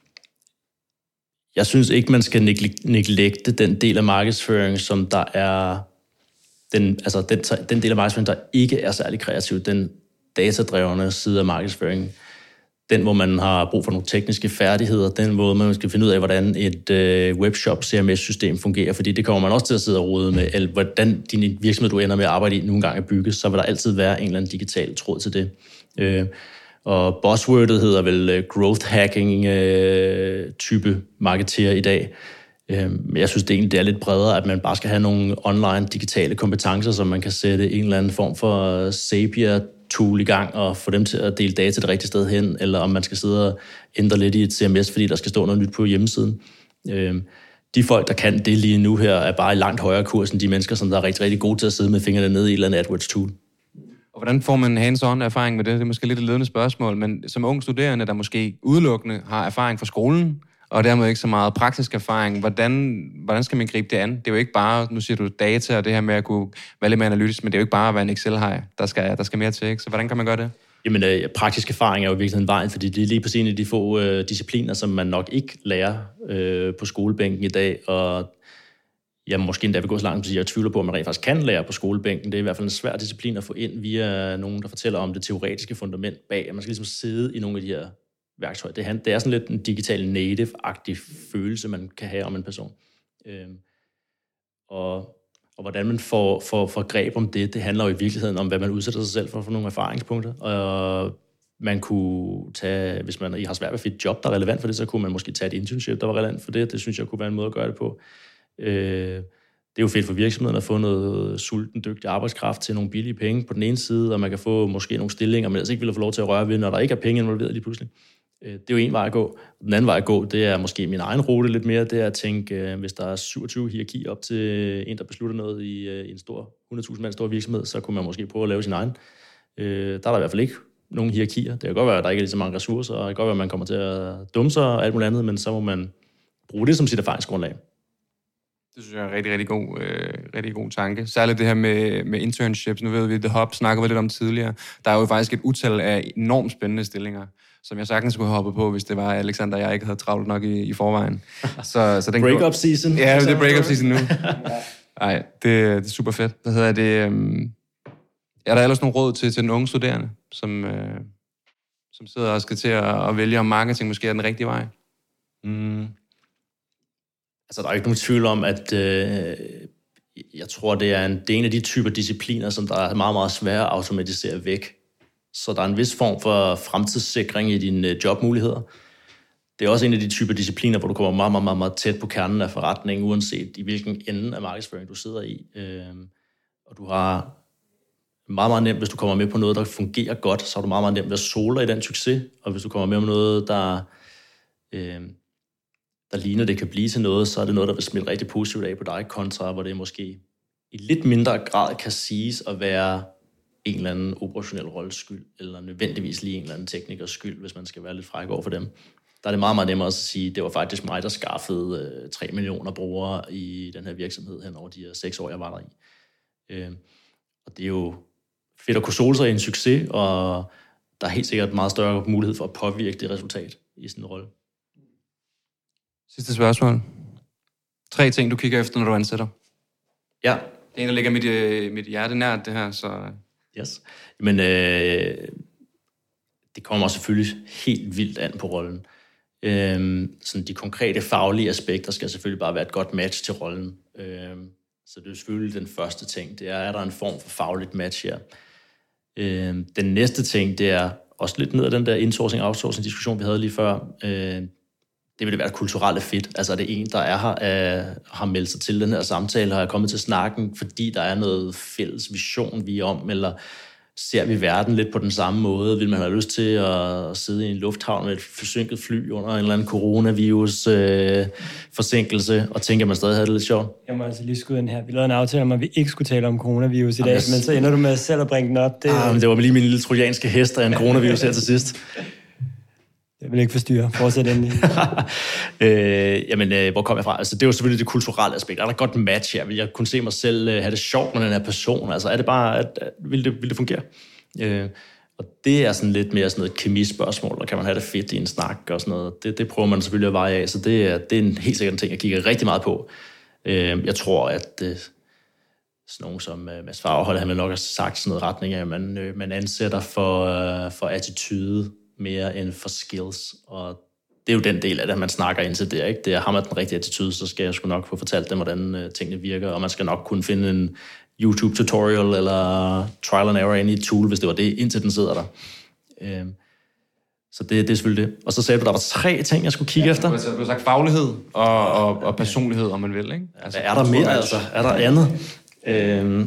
jeg synes ikke, man skal neglekte den del af markedsføring, som der er den, altså den, den del af markedsføring, der ikke er særlig kreativ, den datadrevne side af markedsføring. Den, hvor man har brug for nogle tekniske færdigheder, den måde, man skal finde ud af, hvordan et øh, webshop C M S-system fungerer, fordi det kommer man også til at sidde og rode med, eller hvordan din virksomhed, du ender med at arbejde i, nogle gange er bygget, så vil der altid være en eller anden digital tråd til det. Øh, Og buzzwordet hedder vel growth hacking øh, type marketeer i dag. Øh, men jeg synes det egentlig det er lidt bredere, at man bare skal have nogle online digitale kompetencer, så man kan sætte en eller anden form for Zapier-tool i gang og få dem til at dele data det rigtige sted hen, eller om man skal sidde og ændre lidt i et C M S, fordi der skal stå noget nyt på hjemmesiden. Øh, de folk, der kan det lige nu her, er bare i langt højere kurs end de mennesker, som der er rigtig, rigtig gode til at sidde med fingrene nede i et eller andet AdWords-tool. Og hvordan får man hands-on erfaring med det? Det er måske lidt et ledende spørgsmål, men som ung studerende, der måske udelukkende har erfaring fra skolen, og dermed ikke så meget praktisk erfaring, hvordan, hvordan skal man gribe det an? Det er jo ikke bare, nu siger du data og det her med at kunne være lidt mere analytisk, men det er jo ikke bare at være en Excel-hej. Der skal, der skal mere til, ikke? Så hvordan kan man gøre det? Jamen, øh, praktisk erfaring er jo virkelig en vej, fordi det er lige præcis en af de få øh, discipliner, som man nok ikke lærer øh, på skolebænken i dag, og jeg måske endda vil gå så langt, at jeg tvivler på, at man rent faktisk kan lære på skolebænken. Det er i hvert fald en svær disciplin at få ind via nogen, der fortæller om det teoretiske fundament bag. At man skal ligesom sidde i nogle af de her værktøjer. Det er, det er sådan lidt en digital native-agtig følelse, man kan have om en person. Øhm, og, og hvordan man får, får, får greb om det, det handler jo i virkeligheden om, hvad man udsætter sig selv for, for nogle erfaringspunkter. Og man kunne tage, hvis man I har svært ved at finde et job, der er relevant for det, så kunne man måske tage et internship, der var relevant for det. Det synes jeg kunne være en måde at gøre det på. Øh, Det er jo fedt for virksomheden at få noget sulten, dygtig arbejdskraft til nogle billige penge på den ene side, og man kan få måske nogle stillinger, man ellers ikke ville få lov til at røre ved, når der ikke er penge involveret lige pludselig. Det er jo en vej at gå. Den anden vej at gå, det er måske min egen rute lidt mere, det er at tænke, hvis der er syvogtyve hierarki op til en, der beslutter noget i en stor hundrede tusind mand stor virksomhed, så kunne man måske prøve at lave sin egen. Der er der i hvert fald ikke nogen hierarkier. Det kan godt være, at der ikke er lige så mange ressourcer, og det kan godt være, at man kommer til at dumme sig og alt muligt andet, men så må man bruge det som sit erfaringsgrundlag. Det synes jeg er en rigtig, rigtig god, øh, rigtig god tanke. Særligt det her med, med internships. Nu ved vi, The Hub snakker vi lidt om tidligere. Der er jo faktisk et utal af enormt spændende stillinger, som jeg sagtens skulle hoppe på, hvis det var Alexander og jeg ikke havde travlt nok i, i forvejen. Så, så den break-up season. Ja, det er break-up season nu. Nej, det, det er super fedt. Hvad hedder det? Um... Er der ellers nogle råd til, til den unge studerende, som, øh, som sidder og skal til at, at vælge, om marketing måske er den rigtige vej? Mm. Altså, der er ikke nogen tvivl om, at øh, jeg tror, det er, en, det er en af de typer discipliner, som der er meget, meget svære at automatisere væk. Så der er en vis form for fremtidssikring i dine jobmuligheder. Det er også en af de typer discipliner, hvor du kommer meget, meget, meget, meget tæt på kernen af forretningen, uanset i hvilken ende af markedsføring du sidder i. Øh, og du har meget, meget nemt, hvis du kommer med på noget, der fungerer godt, så er du meget, meget nemt ved at sole i den succes. Og hvis du kommer med på noget, der... Øh, der ligner, det kan blive til noget, så er det noget, der vil smitte rigtig positivt af på dig, kontra hvor det måske i lidt mindre grad kan siges at være en eller anden operationel rolles skyld, eller nødvendigvis lige en eller anden teknikers skyld, hvis man skal være lidt fræk over for dem. Der er det meget, meget nemmere at sige, det var faktisk mig, der skaffede øh, tre millioner brugere i den her virksomhed hen over de her seks år, jeg var der i. Øh, og det er jo fedt at kunne sole sig i en succes, og der er helt sikkert meget større mulighed for at påvirke det resultat i sådan en rolle. Sidste spørgsmål. Tre ting, du kigger efter, når du ansætter. Ja. Det er en, der ligger mit, mit hjerte nært, det her, så... Yes. Men øh, det kommer selvfølgelig helt vildt an på rollen. Øh, sådan de konkrete faglige aspekter skal selvfølgelig bare være et godt match til rollen. Øh, så det er selvfølgelig den første ting. Det er, er der en form for fagligt match her. Øh, den næste ting, det er også lidt ned ad den der insourcing-outsourcing-diskussion, vi havde lige før. Øh, Det vil det være et kulturelle fit. Altså er det en, der er her, er, har meldt sig til den her samtale, har kommet til snakken, fordi der er noget fælles vision, vi er om, eller ser vi verden lidt på den samme måde? Vil man have lyst til at sidde i en lufthavn med et forsinket fly under en eller anden coronavirus øh, forsinkelse, og tænker, at man stadig havde det lidt sjovt? Jeg må altså lige skyde ind her. Vi lavede en aftale om, at vi ikke skulle tale om coronavirus i dag, Jamen, men så ender du med selv at bringe den op. Det, ah, men det var lige min lille trojanske hest af en coronavirus her til sidst. Jeg vil ikke forstyrre. Fortsæt endelig. øh, jamen, øh, hvor kom jeg fra? Altså, det er jo selvfølgelig det kulturelle aspekt. Er der et godt match her? Vil jeg kunne se mig selv øh, have det sjovt med den her person? Altså, er det bare... At, at, vil, det, vil det fungere? Øh, og det er sådan lidt mere sådan noget kemispørgsmål, og kan man have det fedt i en snak og sådan noget? Det, det prøver man selvfølgelig at veje af, så det er, det er en helt sikkert en ting, jeg kigger rigtig meget på. Øh, jeg tror, at øh, sådan nogen som øh, Mads Fagerholt, han vil nok have sagt sådan noget retning af, at man, øh, man ansætter for, øh, for attitude mere end for skills, og det er jo den del af det, man snakker ind til det, ikke? Det er ham med den rigtige attitude, så skal jeg sgu nok få fortalt dem, hvordan uh, tingene virker, og man skal nok kunne finde en YouTube-tutorial eller trial and error ind i et tool, hvis det var det, indtil den sidder der. Uh, så det, det er selvfølgelig det. Og så sagde du, der var tre ting, jeg skulle kigge ja, efter. Du har sagt faglighed og, og, og personlighed, om man vil, ikke? Altså, er der mere, altså? Er der andet? Uh,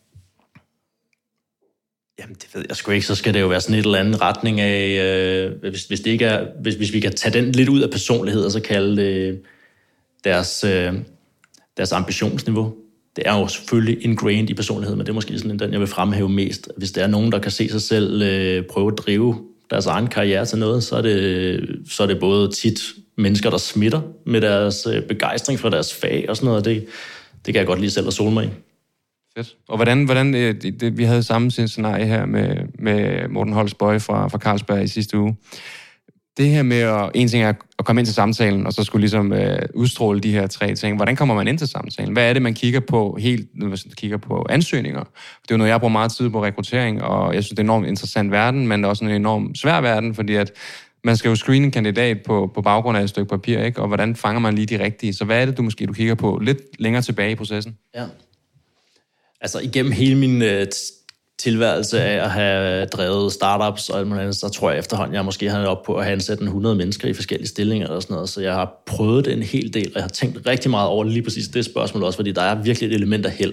Jamen, det ved jeg sgu ikke. Så skal det jo være sådan et eller andet retning af, øh, hvis, hvis, det ikke er, hvis, hvis vi kan tage den lidt ud af personlighed, og så kalde det deres, øh, deres ambitionsniveau. Det er jo selvfølgelig ingrained i personlighed, men det er måske sådan den, jeg vil fremhæve mest. Hvis der er nogen, der kan se sig selv øh, prøve at drive deres egen karriere til noget, så er det, så er det både tit mennesker, der smitter med deres øh, begejstring fra deres fag og sådan noget. Det, det kan jeg godt lide selv at sole mig i. Fedt. Og hvordan, hvordan det, det, vi havde samme scenarie her med, med Morten Holsbøje fra, fra Carlsberg i sidste uge. Det her med, at en ting er at komme ind til samtalen, og så skulle ligesom øh, udstråle de her tre ting. Hvordan kommer man ind til samtalen? Hvad er det, man kigger på helt, når man kigger på ansøgninger? Det er jo noget, jeg bruger meget tid på rekruttering, og jeg synes, det er en enormt interessant verden, men det er også en enormt svær verden, fordi at man skal jo screene en kandidat på, på baggrund af et stykke papir, ikke? Og hvordan fanger man lige de rigtige? Så hvad er det, du måske du kigger på lidt længere tilbage i processen? Ja. Altså igennem hele min øh, tilværelse af at have drevet startups og alt muligt andet, så tror jeg efterhånden, jeg måske har op på at have ansat hundrede mennesker i forskellige stillinger og sådan noget, så jeg har prøvet det en hel del, og jeg har tænkt rigtig meget over lige præcis det spørgsmål også, fordi der er virkelig et element af held.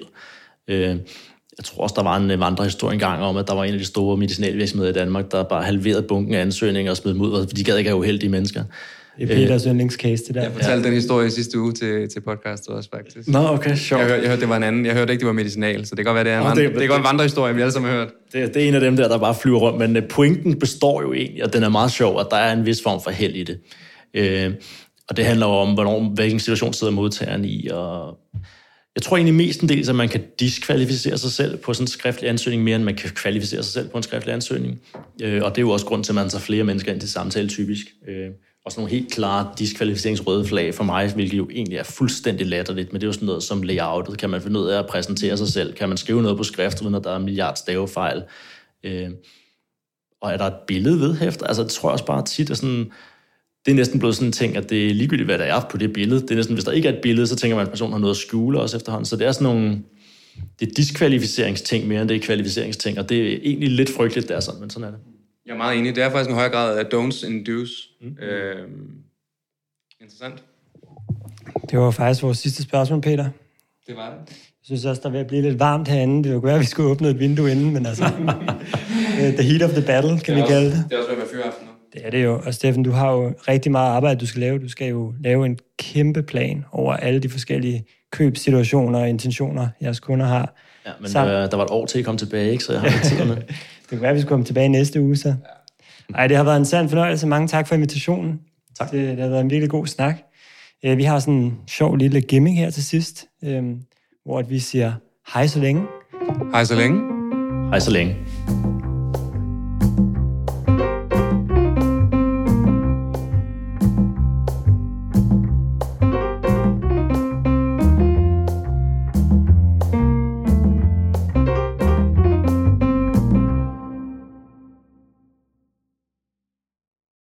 Jeg tror også, der var en vandrehistorie engang om, at der var en af de store medicinalvirksomheder i Danmark, der bare halverede bunken af ansøgninger og smed dem ud, for de gad ikke have uheldige mennesker. Det er Peters yndlingscase, det der. Jeg fortalte ja. den historie sidste uge til, til podcastet også, faktisk. Nå, okay, sjovt. Jeg, jeg hørte, det var en anden. Jeg hørte ikke, det var medicinal, så det kan godt være, det er en, oh, vand... det, det, det er en vandrehistorie, vi alle sammen har hørt. Det, det er en af dem der, der bare flyver rundt, men pointen består jo egentlig, og den er meget sjov, at der er en vis form for held i det. Øh, og det handler jo om, hvornår, hvilken situation sidder modtageren i, og jeg tror egentlig mestendels, at man kan diskvalificere sig selv på sådan en skriftlig ansøgning, mere end man kan kvalificere sig selv på en skriftlig ansøgning. Øh, og det er jo også grund til, at man tager flere mennesker ind til samtale typisk. Øh, Også nogle helt klare diskvalificeringsrøde flag for mig, hvilket jo egentlig er fuldstændig latterligt, men det er jo sådan noget som layoutet. Kan man finde ud af at præsentere sig selv? Kan man skrive noget på skrift, uden at der er en milliard stavefejl? Øh, og er der et billede vedhæftet? Altså, det tror jeg også bare tit er sådan... Det er næsten blevet sådan en ting, at det er ligegyldigt, hvad der er på det billede. Det er næsten, hvis der ikke er et billede, så tænker man, at personen har noget at skjule også efterhånden. Så det er sådan nogle... Det er diskvalificeringsting mere, end det er kvalificeringsting, og det er egentlig lidt frygteligt, det er sådan, men sådan er det. Jeg er meget enig. Det er faktisk en højere grad af don'ts and do's. Mm. Øh, interessant. Det var faktisk vores sidste spørgsmål, Peter. Det var det. Jeg synes også, der er ved at blive lidt varmt herinde. Det kunne være, at vi skulle åbne et vindue inden, men altså... the heat of the battle, kan vi kalde det. Det er også ved at være fyraften nu. Det er det jo. Og Steffen, du har jo rigtig meget arbejde, du skal lave. Du skal jo lave en kæmpe plan over alle de forskellige købssituationer og intentioner, jeres kunder har. Ja, men så... der, der var et år til at komme tilbage, ikke? Så jeg har lidt tid med. Det kan være, at vi skal komme tilbage næste uge, så. Ej, det har været en sand fornøjelse. Mange tak for invitationen. Tak. Det, det har været en virkelig god snak. Vi har sådan en sjov lille gimmick her til sidst, hvor vi siger hej så længe. Hej så længe. Hej så længe.